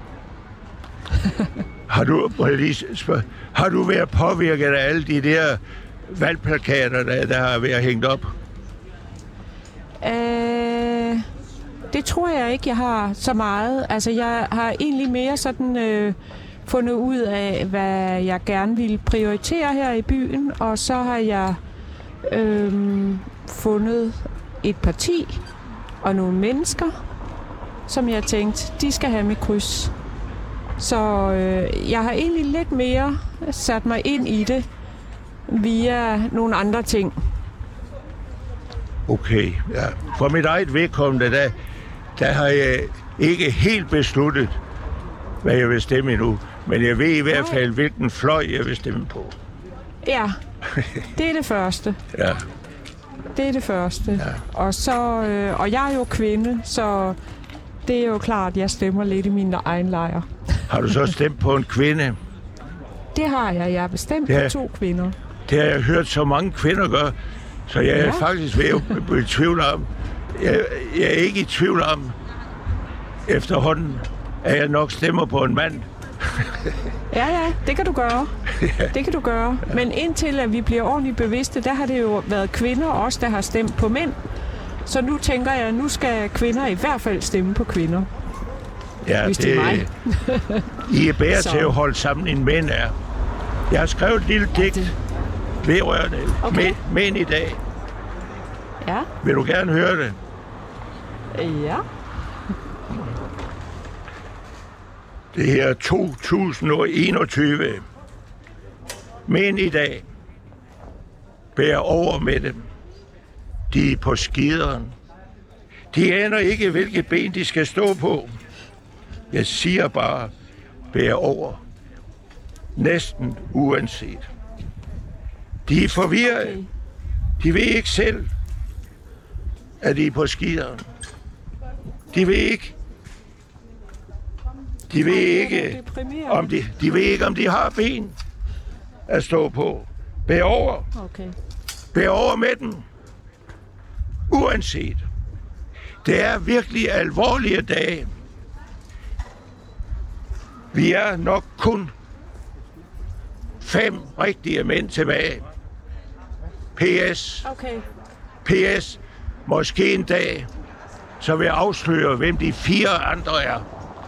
Har du, må jeg lige spørge, har du været påvirket af alle de der valgplakater, der, der har været hængt op? Øh, det tror jeg ikke, jeg har så meget. Altså, jeg har egentlig mere sådan øh, fundet ud af, hvad jeg gerne vil prioritere her i byen, og så har jeg øh, fundet et parti og nogle mennesker, som jeg tænkte, de skal have mit kryds. Så øh, jeg har egentlig lidt mere sat mig ind i det via nogle andre ting. Okay, ja. For mit eget vedkommende, der, der har jeg ikke helt besluttet, hvad jeg vil stemme endnu. Men jeg ved i hvert fald, hvilken fløj jeg vil stemme på. Ja, det er det første. Ja. Det er det første. Ja. Og, så, øh, og jeg er jo kvinde, så det er jo klart, at jeg stemmer lidt i min egen lejr. Har du så stemt på en kvinde? Det har jeg. Jeg er bestemt Ja. på to kvinder. Det har jeg hørt så mange kvinder gøre, så jeg er Ja. faktisk ved at blive i tvivl om. Jeg, jeg er ikke i tvivl om, efterhånden, at jeg nok stemmer på en mand. Ja, ja, det kan du gøre. Det kan du gøre. Men indtil at vi bliver ordentligt bevidste, der har det jo været kvinder også, der har stemt på mænd. Så nu tænker jeg, at nu skal kvinder i hvert fald stemme på kvinder. Ja, Hvis det er mig. I er bedre Så. til at holde sammen, end mænd er. Jeg har skrevet et lille digt vedrørende Okay. mænd, mænd i dag. Ja, Vil du gerne høre det? ja. Det her er to tusind og enogtyve. Mænd i dag bærer over med dem. De er på skideren. De aner ikke, hvilket ben de skal stå på. Jeg siger bare, bær over. Næsten uanset. De er forvirret. Okay. De ved ikke selv, at de er på skideren. De ved ikke. De ved ikke, om de, de ved ikke, om de har ben at stå på. Bær over. Okay. Bær over med den. Uanset. Det er virkelig alvorlige dage. Vi er nok kun fem rigtige mænd tilbage. P S. Okay. P S. Måske en dag, så vil jeg afsløre, hvem de fire andre er.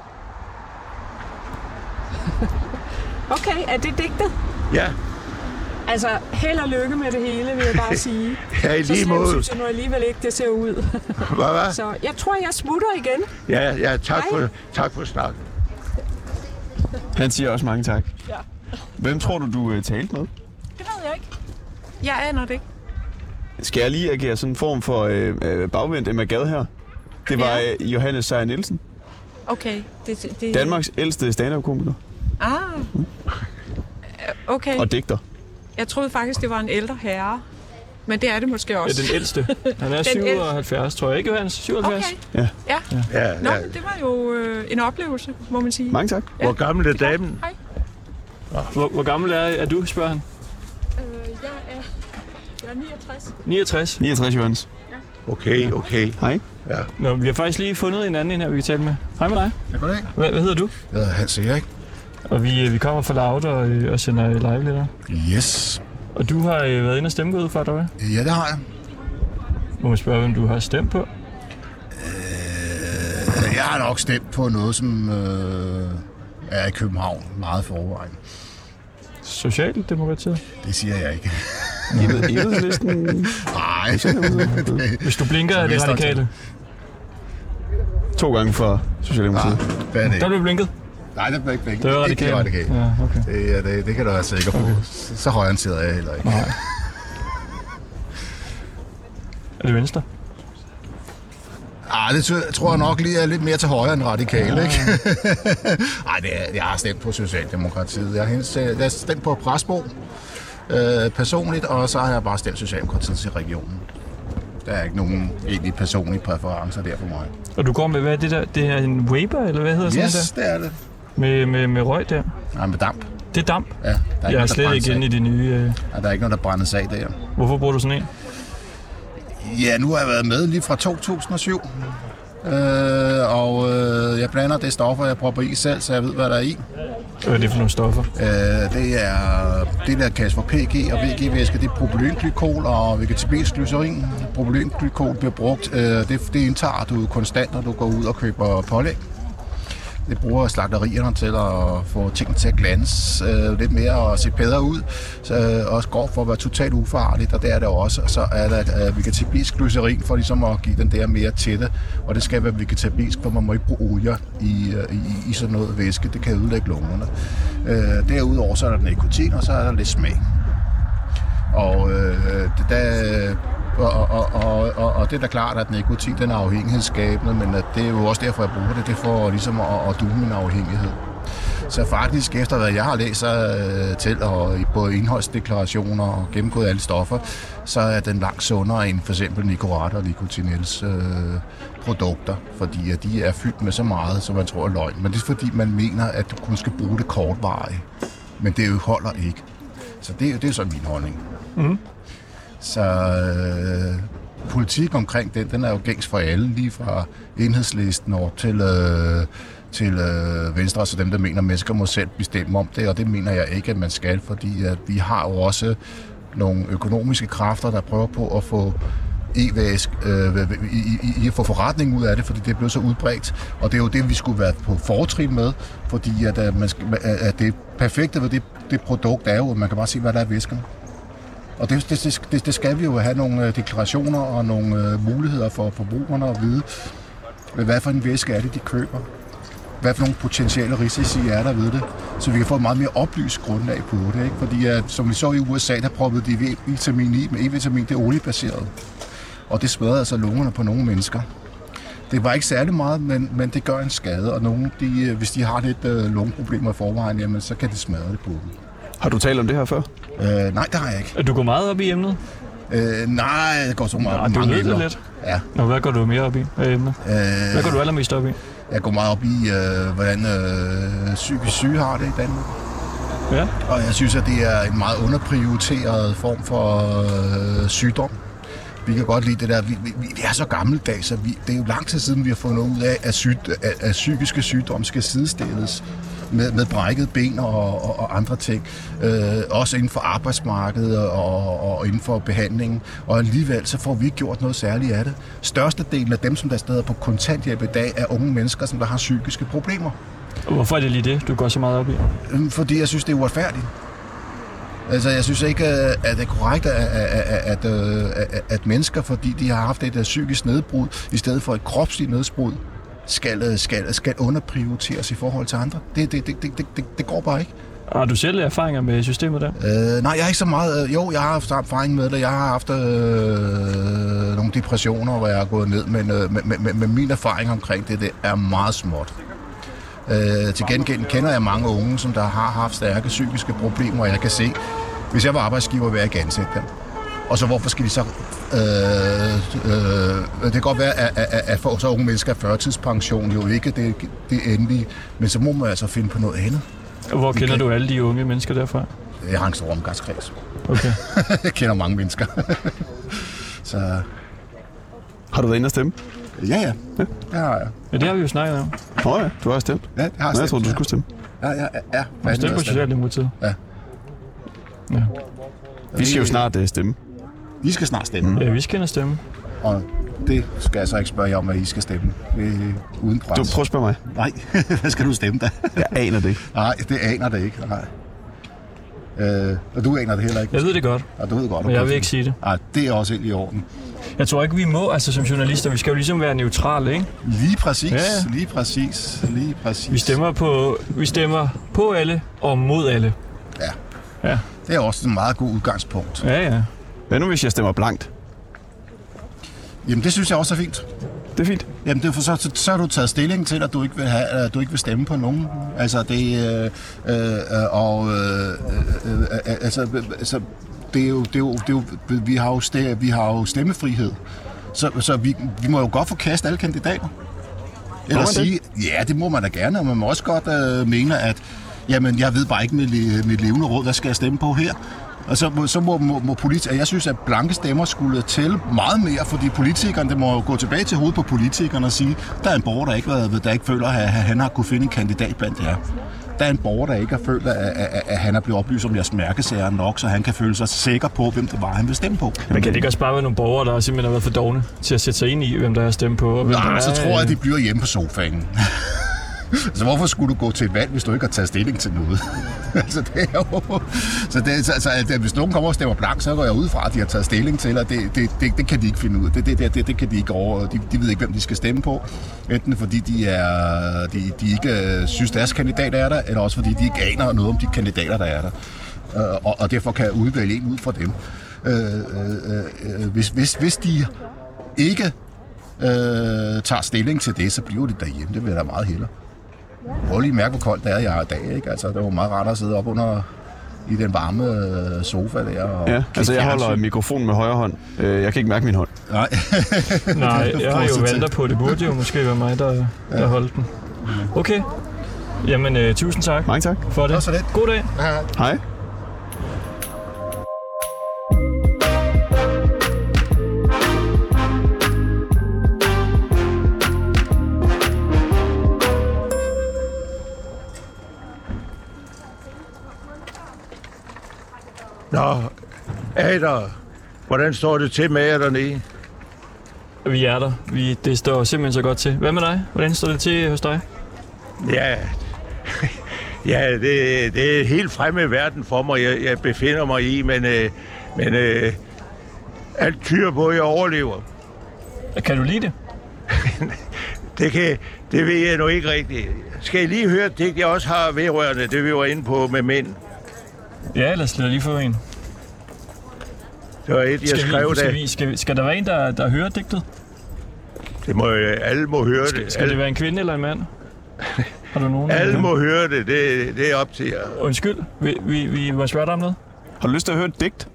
Okay, er det digtet? Ja, Altså, held og lykke med det hele, vil jeg bare sige. ja i Så lige slemt måde. synes jeg nu alligevel ikke, det ser ud. Hvad var? Så jeg tror, jeg smutter igen. Ja, ja, tak Hej. for, tak for snakken. Han siger også mange tak. Ja. Hvem tror du, du uh, talte med? Det ved jeg ikke. Jeg aner det ikke. Skal jeg lige agere sådan en form for øh, øh, bagvendt Emma Gad her? Det var Ja. øh, Johannes Sejer Nielsen, Okay. Det, det... Danmarks ældste stand-up-komiker Ah. Okay. og digter. Jeg troede faktisk, det var en ældre herre. Men det er det måske Ja, også. den ældste. Han er Den syvoghalvfjerds, tror jeg ikke, Johannes? syvoghalvfjerds? Okay. Ja. Ja. Ja, Nå, ja. men det var jo øh, en oplevelse, må man sige. Mange tak. Hvor gammel er damen? Hej. Hvor, hvor gammel er, er du, spørger han? Øh, jeg er, jeg er niogtres. niogtres. niogtres, Johannes. Okay, okay. Hej. Ja. Nå, vi har faktisk lige fundet en anden en her, vi kan tale med. Hej med dig. Ja, goddag. Hvad, hvad hedder du? Jeg hedder Hans Erik. Og vi, vi kommer fra Loud og, øh, og sender live lidt her. Yes. Og du har øh, været inde og stemme ud for, eller hvad? Ja, det har jeg. Må man spørge, hvem du har stemt på? Øh, jeg har nok stemt på noget, som øh, er i København meget forvejen. Socialdemokratiet? Det siger jeg ikke. Enhedslisten? Nej. Hvis du blinker, er det radikale. To gange for Socialdemokratiet. Hvad er det? Der blev blinket. Nej, det er ikke begge. Det var Ikke radikale. radikale. Ja, okay. Det, er, det, det kan du være sikker på. Så, så højorienteret er jeg heller ikke. Nej. det venstre? Ah, det tror jeg nok lige er lidt mere til højre end radikale, ikke? Nej, det er, jeg har stemt på Socialdemokratiet. Jeg har, jeg har stemt på Præstbo øh, personligt, og så har jeg bare stemt Socialdemokratiet til regionen. Der er ikke nogen egentlig personlige præferencer der for mig. Og du går med, hvad er det der? Det er en vapor, eller hvad hedder yes, sådan der? Yes, det er det. Med, med, med røg der? Nej, med damp. Det er damp? Ja. Der er jeg er slet ikke inde i de nye... Øh... Ja, der er ikke noget, der brændes af der. Hvorfor bruger du sådan en? Ja, nu har jeg været med lige fra to tusind og syv. Øh, og øh, jeg blander det stoffer, jeg propper i selv, så jeg ved, hvad der er i. Hvad er det for nogle stoffer? Øh, det er det, der kaldes for P G og V G-væske. Det er propylenglykol og vegetabilsk glycerin. Propylenglykol bliver brugt. Øh, det, det indtager du konstant, når du går ud og køber pålæg. Det bruger slagterierne til at få tingene til at glanse øh, lidt mere og se bedre ud. Så øh, også går for at være totalt ufarligt, og det er det også. Så er der øh, vegetabilsk glycerin for ligesom at give den der mere tætte. Og det skal være vegetabilsk, for man må ikke bruge olier i, øh, i, i sådan noget væske. Det kan ødelægge lungerne. Øh, derudover så er der nikotin, og så er der lidt smag. Og øh, det der... Og, og, og, og, og det er da klart, at nikotin den er afhængighedsskabende, men at det er jo også derfor, jeg bruger det. Det er for ligesom at, at due min afhængighed. Så faktisk, efter hvad jeg har læst øh, til, og på indholdsdeklarationer og gennemgået alle stoffer, så er den langt sundere end for eksempel Nicorette og Nicotinels øh, produkter, fordi at de er fyldt med så meget, som man tror er løgn. Men det er fordi, man mener, at du kun skal bruge det kortvarigt. Men det jo holder ikke. Så det, det er så min holdning. Mm. Så øh, politik omkring den, den er jo gængs for alle, lige fra Enhedslisten over til, øh, til øh, Venstre, så dem, der mener, at mennesker må selv bestemme om det, og det mener jeg ikke, at man skal, fordi at vi har jo også nogle økonomiske kræfter, der prøver på at få e-væsk, øh, i, i, i at få forretning ud af det, fordi det er blevet så udbredt, og det er jo det, vi skulle være på fortrin med, fordi at, at, man skal, at det perfekte ved det, det produkt er jo, at man kan bare se, hvad der er i væskerne. Og det, det, det, det skal vi jo have nogle deklarationer og nogle uh, muligheder for forbrugerne at vide, hvad for en væske er det, de køber. Hvad for nogle potentielle risici er der ved det, så vi kan få et meget mere oplyst grundlag på det. Ikke? Fordi at, som vi så i U S A, der proppede de vitamin i, men E-vitamin det er oliebaseret. Og det smadrer altså lungerne på nogle mennesker. Det var ikke særlig meget, men, men det gør en skade, og nogle, de, hvis de har lidt uh, lungeproblemer i forvejen, jamen, så kan det smadre det på dem. Har du talt om det her før? Øh, nej, det har jeg ikke. Er du går meget op i emnet? Øh, nej, jeg går så meget ja, op i mange emner. emner. Du ved det lidt. Ja. Nå, hvad går du mere op i? Hvad, emner? Øh, hvad går du allermest op i? Jeg går meget op i, øh, hvordan øh, psykisk syge har det i Danmark. Ja. Og jeg synes, at det er en meget underprioriteret form for øh, sygdom. Vi kan godt lide det der. Vi, vi, vi er så gammeldags, så vi, det er jo lang tid siden, vi har fundet ud af, at, syg, at, at psykiske sygdomme skal sidestilles med, med brækket ben og, og, og andre ting. Øh, også inden for arbejdsmarkedet og, og inden for behandlingen. Og alligevel så får vi ikke gjort noget særligt af det. Størstedelen af dem, som der stadig er på kontanthjælp i dag, er unge mennesker, som der har psykiske problemer. Og hvorfor er det lige det, du går så meget op i? Fordi jeg synes, det er uretfærdigt. Altså, jeg synes ikke, at det er korrekt, at, at, at, at, at mennesker, fordi de har haft et psykisk nedbrud, i stedet for et kropsligt nedbrud, skal, skal, skal underprioriteres i forhold til andre. Det, det, det, det, det, det går bare ikke. Har du selv erfaringer med systemet der? Øh, nej, jeg har ikke så meget. Jo, jeg har haft erfaring med det. Jeg har haft øh, nogle depressioner, hvor jeg har gået ned, men øh, med, med, med min erfaring omkring det, det er meget småt. Øh, til gengæld kender jeg mange unge, som der har haft stærke psykiske problemer, og jeg kan se, hvis jeg var arbejdsgiver, ville jeg ikke ansætte dem. Og så hvorfor skal de så... Øh, øh, det kan godt være, at, at, at for så unge mennesker er førtidspension jo ikke det, det endelige, men så må man altså finde på noget andet. Hvor kender kan... du alle de unge mennesker derfra? Jeg har en stor omgangskreds. Okay. Jeg kender mange mennesker. Så... Har du været inde og stemme? Ja, ja. Ja, det har jeg. Ja, det har vi jo snakket om. Nå ja, du har stemt. Ja, jeg har stemt. Jeg troede, du skulle stemme. Ja, ja, ja. Du har stemt på Socialdemokratiet? Ja. Ja. Vi skal jo snart uh, stemme. Vi skal snart stemme. Mm. Ja, vi skal ind og stemme. Og det skal jeg så ikke spørge jer om, at I skal stemme. Øh, uden pres. Du prøv at spørge mig. Nej, hvad skal du stemme da? Jeg aner det ikke. Nej, det aner det ikke. Nej. Øh, og du aner det heller ikke. Jeg ved det godt. Ja, du ved godt. Men jeg vil ikke sige det. Nej, det er også helt i orden. Jeg tror ikke, vi må, altså som journalister, vi skal jo ligesom være neutrale, ikke? Lige præcis, ja, ja. lige præcis, lige præcis. Vi stemmer på, vi stemmer på alle og mod alle. Ja. Ja. Det er også et meget god udgangspunkt. Ja, ja. Hvad nu, hvis jeg stemmer blankt? Jamen, det synes jeg også er fint. Det er fint. Jamen, det er for, så, så har du taget stilling til, at du ikke vil, have, at du ikke vil stemme på nogen. Altså, det øh, øh, og øh, øh, øh, altså, altså, det er jo, det er jo, det er jo vi har jo, stemme, vi har jo stemmefrihed. Så, så vi, vi må jo godt forkaste alle kandidater. Eller sige, ja, det må man da gerne, og man må også godt øh, mene, at jamen, jeg ved bare ikke med mit levende råd, hvad skal jeg stemme på her? Og så, så må, må, må politikere, jeg synes, at blanke stemmer skulle tælle meget mere, fordi politikerne, det må jo gå tilbage til hovedet på politikerne og sige, der er en borger, der ikke, der ikke føler, at han har kunne finde en kandidat blandt jer. Der er en borger, der ikke har følt, at, at, at han er blevet oplyst om jeres mærkesager nok, så han kan føle sig sikker på, hvem det var, han vil stemme på. Men kan det ikke også bare være nogle borgere, der simpelthen har været for dovne til at sætte sig ind i, hvem der er stemt på? Og hvem Nej, der så er, tror jeg, at de bliver hjemme på sofaen. Så hvorfor skulle du gå til et valg, hvis du ikke har taget stilling til noget? altså, det er jo... Så det, altså, at hvis nogen kommer og stemmer blank, så går jeg ud fra, at de har taget stilling til, og det, det, det, det kan de ikke finde ud af. Det, det, det, det kan de ikke over. De, de ved ikke, hvem de skal stemme på. Enten fordi de, er, de, de ikke synes, deres kandidat er der, eller også fordi de ikke aner noget om de kandidater, der er der. Og, og derfor kan jeg udvælge en ud fra dem. Øh, øh, øh, hvis, hvis, hvis de ikke øh, tager stilling til det, så bliver det derhjemme. Det vil jeg da meget hellere. Prøv lige at mærke, hvor koldt det er, jeg har i dag, ikke? Altså, det var meget rart at sidde op under i den varme sofa der. Og ja, altså jeg holder mikrofonen med højre hånd. Jeg kan ikke mærke min hånd. Nej. Nej, jeg har jo ventet på, det burde jo måske være mig, der, der ja. holdt den. Okay. Jamen, uh, tusind tak. Mange tak. For det. det. God dag. Hej. Hej. Nå, Ader, hvordan står det til med jer dernede? Vi er der. Vi, det står simpelthen så godt til. Hvad med dig? Hvordan står det til hos dig? Ja, ja det, det er helt fremme i verden for mig, jeg, jeg befinder mig i, men, øh, men øh, alt tyder på, at jeg overlever. Kan du lide det? det, kan, det ved jeg nu ikke rigtigt. Skal I lige høre det, jeg også har vedrørende, det vi var inde på med mænd? Ja, lad os lige få en. Det var et, jeg skal skrev vi, skal, der. vi, skal, vi, skal der være en, der, der hører digtet? Det må alle må høre skal, det. Skal alle... det være en kvinde eller en mand? Har du nogen? Alle må høre det. det. Det er op til jer. Undskyld, vi, vi, vi må spørge dig om noget. Har du lyst til at høre et digt?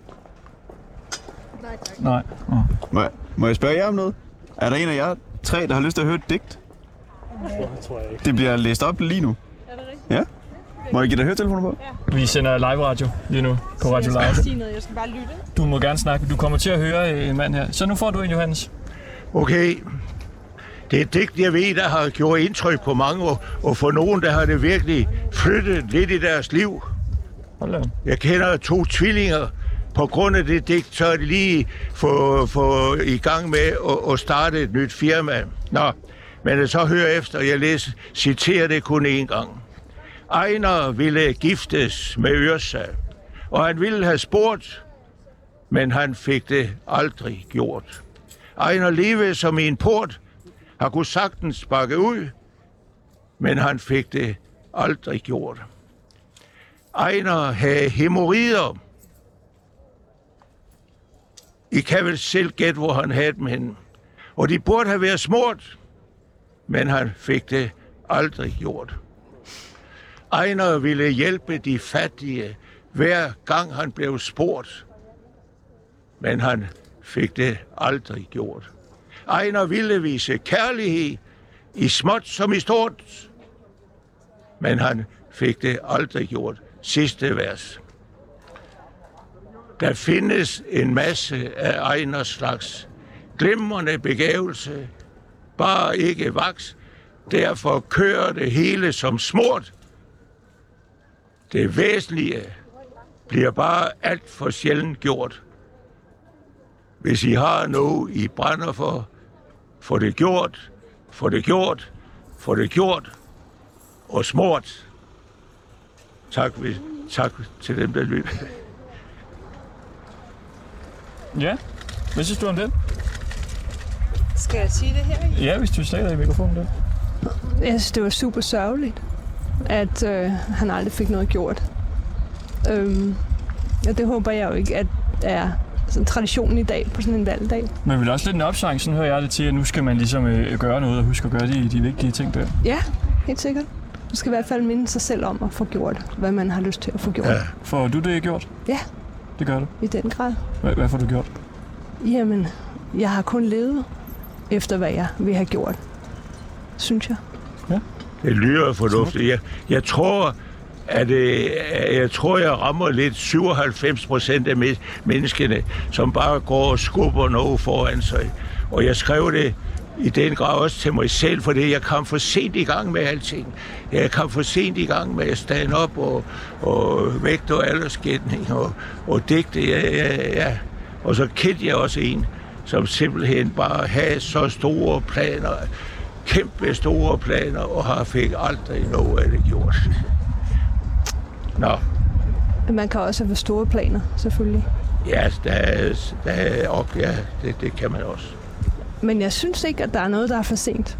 Nej, tak. Nej. Oh. Må, jeg, må jeg spørge jer om noget? Er der en af jer tre, der har lyst til at høre et digt? Nej, det tror jeg ikke. Det bliver læst op lige nu. Er det rigtigt? Ja. Må jeg give dig høretelefoner på? Ja. Vi sender live radio lige nu på Radio Live. Jeg skal sige noget, jeg skal bare lytte. Du må gerne snakke. Du kommer til at høre en mand her. Så nu får du en, Johannes. Okay. Det er et digt, jeg ved, der har gjort indtryk på mange, og, og for nogen, der har det virkelig flyttet lidt i deres liv. Hold jeg kender to tvillinger. På grund af det digt, så er de lige få, få i gang med at, at starte et nyt firma. Nå, men så hører efter, jeg læser, citerer det kun én gang. Ejner ville giftes med Yrsa, og han ville have spurgt, men han fik det aldrig gjort. Ejner levede som i en port, har kunne sagtens sparke ud, men han fik det aldrig gjort. Ejner havde hæmorider. I kan vel selv gætte, hvor han havde dem henne. Og de burde have været smurt, men han fik det aldrig gjort. Ejner ville hjælpe de fattige, hver gang han blev spurgt, men han fik det aldrig gjort. Ejner ville vise kærlighed, i småt som i stort, men han fik det aldrig gjort. Sidste vers. Der findes en masse af Ejners slags. Glimrende begævelse, bare ikke vaks. Derfor kører det hele som smurt. Det væsentlige bliver bare alt for sjældent gjort. Hvis I har noget, I brænder for, få det gjort, få det gjort, få det gjort og smurt. Tak, tak til dem, der lytter. Ja, hvad synes du om det? Skal jeg sige det her? Ja, hvis du taler i mikrofonen der. Jeg synes, det var super sørgeligt, at øh, han aldrig fik noget gjort. Øhm, og det håber jeg jo ikke, at er sådan traditionen i dag på sådan en valgdag. Men vel også lidt en opsang, sådan hører jeg det til, at nu skal man ligesom øh, gøre noget og huske at gøre de, de vigtige ting der. Ja, helt sikkert. Du skal i hvert fald minde sig selv om at få gjort, hvad man har lyst til at få gjort. Ja. Får du det gjort? Ja. Det gør du? I den grad. Hvad, hvad får du gjort? Jamen, jeg har kun levet efter, hvad jeg vil have gjort. Synes jeg. Ja. Det lyder fornuftigt. Jeg, jeg tror, at øh, jeg tror, jeg rammer lidt syvoghalvfems procent af menneskene, som bare går og skubber noget foran sig. Og jeg skrev det i den grad også til mig selv, fordi jeg kom for sent i gang med alting. Jeg kom for sent i gang med stand-up og, og vægt og aldersskætning og, og digte. Ja, ja, ja. Og så kendte jeg også en, som simpelthen bare havde så store planer, kæmpe store planer, og har fik aldrig noget af det gjort. Nå. Man kan også have store planer, selvfølgelig. Ja, der er, der er op, ja, det, det kan man også. Men jeg synes ikke, at der er noget, der er for sent.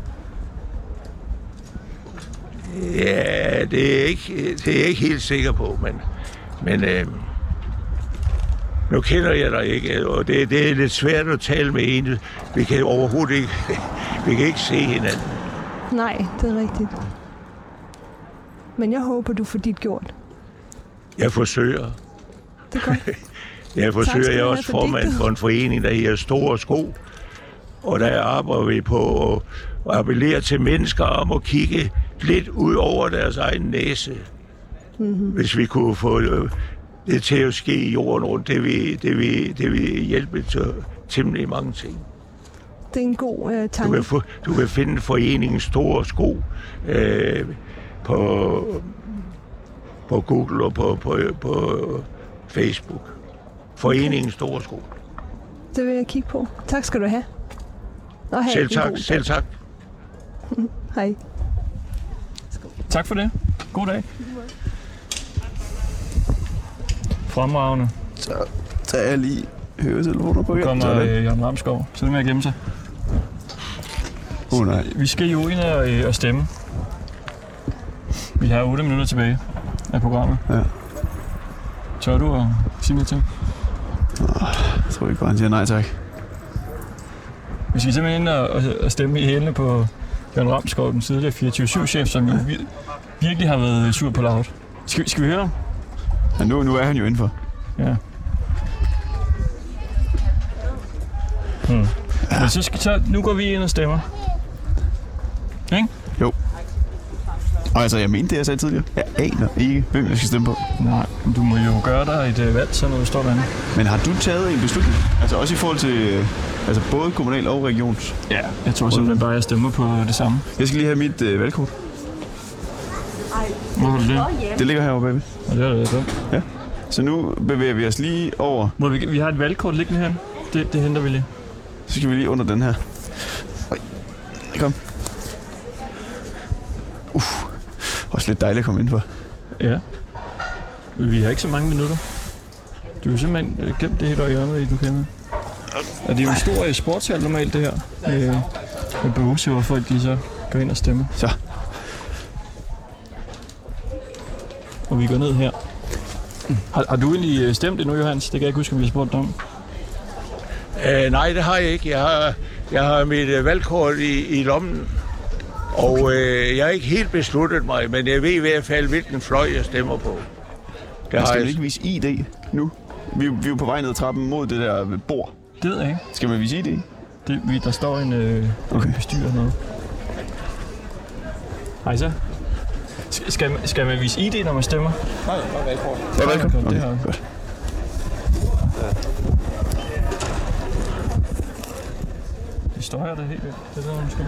Ja, det er ikke, det er jeg ikke helt sikker på, men, men øh, nu kender jeg dig ikke, og det, det er lidt svært at tale med en. Vi kan overhovedet ikke, vi kan ikke se hinanden. Nej, det er rigtigt. Men jeg håber, du får dit gjort. Jeg forsøger. Det er godt. Jeg forsøger, jeg er også for formand digtet. for en forening, der hedder Store Sko. Og der arbejder vi på at appellere til mennesker om at kigge lidt ud over deres egen næse. Mm-hmm. Hvis vi kunne få det til at ske i jorden rundt, det vil, det vil, det vil hjælpe til temmelig mange ting. Det er en god øh, tanke. Du kan, få, du kan finde foreningen Store Sko øh, på, på Google og på, på, på Facebook. Foreningen okay. Store Sko. Det vil jeg kigge på. Tak skal du have. Og have selv tak, selv tak. Hej. Tak for det. God dag. Fremragende. Så tager jeg lige høretelefoner på. Nu kommer øh, Jørgen Ramskov. Så det med at gemme sig. Oh, nej. Vi skal jo ind og, øh, og stemme. Vi har otte minutter tilbage af programmet. Ja. Tør du at sige noget til? Jeg tror ikke bare, han siger nej tak. Vi skal simpelthen ind og, og, og stemme i hælene på Jørgen Ramskov, den tidligere fireogtyve syv chef, som jo vir- virkelig har været sur på Loud. Skal, skal vi høre ham? Ja, nu, nu er han jo indenfor. Ja. Hmm. Ja. Men så, skal, så nu går vi ind og stemmer. Ikke? Jo. Og altså, jeg mente det, jeg sagde tidligere. Jeg aner ikke, hvem jeg skal stemme på. Nej, men du må jo gøre dig et øh, valg, så når du står derinde. Men har du taget en beslutning? Altså også i forhold til øh, altså både kommunal og regions? Ja, jeg tror simpelthen bare, at jeg stemmer på det samme. Jeg skal lige have mit øh, valgkort. Hvor har du det? Det ligger herovre bagved. Og det er det dumt. Ja. Så nu bevæger vi os lige over. Må vi, vi har et valgkort liggende her. Det, det henter vi lige. Så skal vi lige under den her. Øj. Kom. Uff. Også lidt dejligt at komme ind for. Ja. Vi har ikke så mange minutter. Du har simpelthen gemt det helt over hjørnet i, du kender. Og det er jo en stor uh, sportshal normalt, det her. Med, med behus, hvor folk de så går ind og stemmer. Så. Og vi går ned her. Har, har du egentlig stemt endnu, Johannes? Det kan jeg ikke huske, om vi har spurgt dig om. Uh, nej, det har jeg ikke. Jeg har, jeg har mit uh, valgkort i, i lommen. Og uh, jeg har ikke helt besluttet mig, men jeg ved i hvert fald, hvilken fløj jeg stemmer på. Det har skal man ikke vise I D nu? Vi, vi er jo på vej ned ad trappen mod det der bord. Det ved jeg ikke. Skal man vise I D? Det, vi, der står en øh, okay. bestyrer noget. Hej så. Skal, skal man vise I D, når man stemmer? Nej, bare valgkort. Ja, valgkort. Okay, det har godt. Det står her, det er helt vildt. Det er der måske.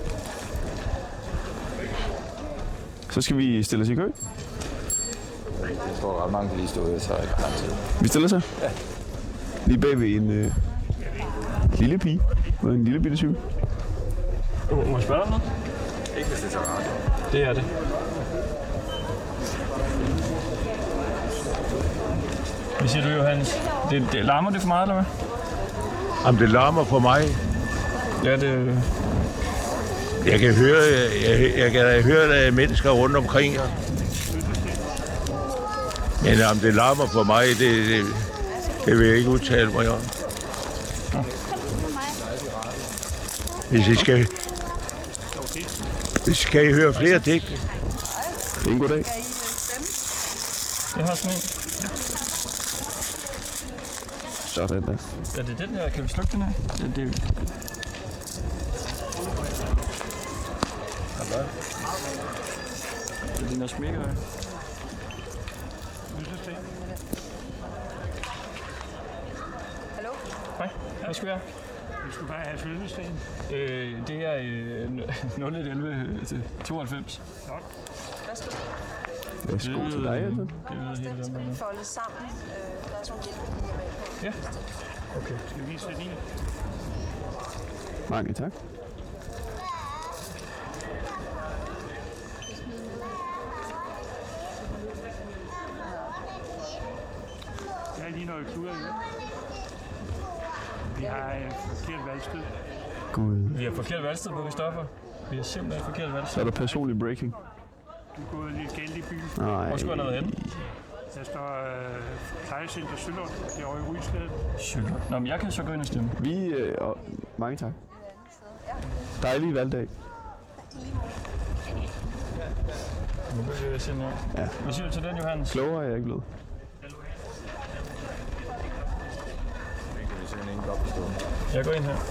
Så skal vi stille os i kø. Jeg tror ret mange kan lige stå her, så ikke lang tid. Vi stiller sig? Ja. Lige bagved en øh, lille pige med en lille bitte cykel. Må jeg spørge dig noget? Ikke hvis det er så rart. Det er det. Hvad siger du, Johannes? Det, det larmer det for meget, eller hvad? Jamen, det larmer for mig. Ja, det... Jeg kan høre, jeg, jeg kan da høre, at der er mennesker rundt omkring jer. Men jamen, det larmer for mig, det, det, Det vil jeg ikke udtale mig om. Hvis I skal... Hvis skal I høre flere digte. En god dag. Jeg har sådan en. Sådan da. Ja, det er den her. Kan vi slukke den her? Det, det... Det ligner smækker. Hallo? Hej, hvad skal jeg? Du skal bare have fødselsdagen. Øh, det er øh, nul et elleve tooghalvfems. Godt. Værsgo. Værsgo til dig, altså. Det ved helt Den skal dem. lige foldes sammen. Øh, der er sådan en hjælpelinie med på. Ja. Okay. Skal vi sætte i? Mange tak. Der er lige noget kluder i. Vi har øh, forkert valgsted. God. Vi har forkert valgsted på Christoffer. Vi har simpelthen forkert Så valgsted. er der personlig breaking. Du er gået lidt galt i byen. Nej. Hvor skulle han have været henne? Der står øh, plejecenter Sølund derovre i Rygsgade. Sølund. Nå, men jeg kan så gå ind og stemme. Vi... Øh, og, mange tak. Dejlig valgdag. Nu vil jeg se noget. Ja. Hvad siger du til den, Johannes? Klogere er jeg ikke blevet. Jeg går ind her.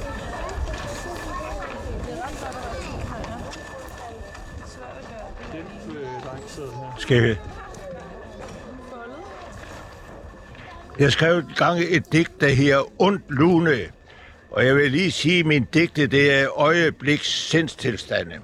Den øh, lang sidder her. Skal vi? Jeg skrev et gang et digt, der her ondt lune. Og jeg vil lige sige, at min digte, det er øjebliks sindstilstande.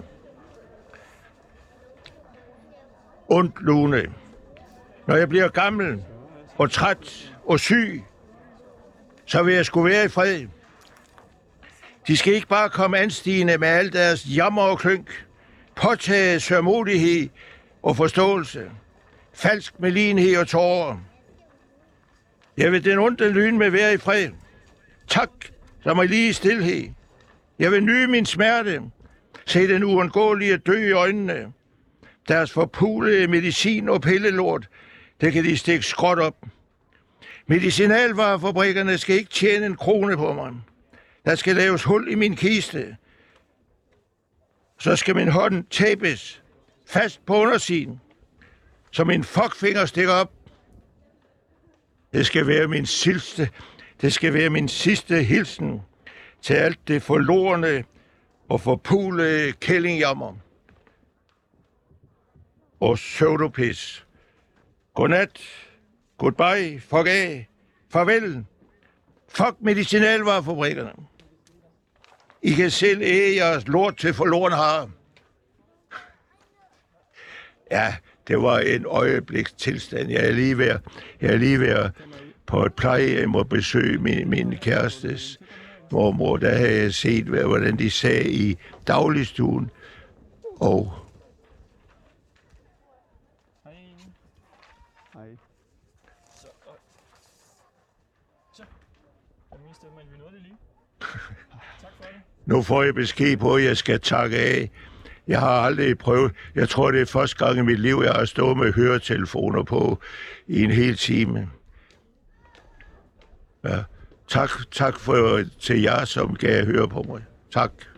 Ondt lune. Når jeg bliver gammel og træt og syg, så vil jeg sgu være i fred. De skal ikke bare komme anstigende med al deres jammer og klynk, påtage sørmodighed og forståelse, falsk medlidenhed og tårer. Jeg vil den onde lyn med være i fred. Tak, så mig lige i stilhed. Jeg vil nyde min smerte, se den uundgåelige dø i øjnene. Deres forpulede medicin og pillelort, det kan de stikke skråt op. Medicinalvarefabrikkerne skal ikke tjene en krone på mig. Der skal laves hul i min kiste. Så skal min hånd tabes fast på undersiden, så min fuckfinger stikker op. Det skal være min sidste, det skal være min sidste hilsen til alt det forlorene og forpulede kællingjammer og pseudopis. Godnat, goodbye, fuck af, farvel, fuck medicinalvarefabrikkerne. I kan selv æge jeres lort til forloren har. Ja, det var en øjebliks tilstand. Jeg er lige ved, jeg er lige ved på et plejehjem og besøge min, min kærestes mormor. Der havde jeg set, hvordan de sagde i dagligstuen. Og Hej. Så, og... så. Jeg miste men vi nåede det lige. Tak for det. nu får jeg besked på, at jeg skal takke af. Jeg har aldrig prøvet. Jeg tror, det er første gang i mit liv, jeg har stået med høretelefoner på i en hel time. Ja. Tak, tak for, til jer, som gav høre på mig. Tak.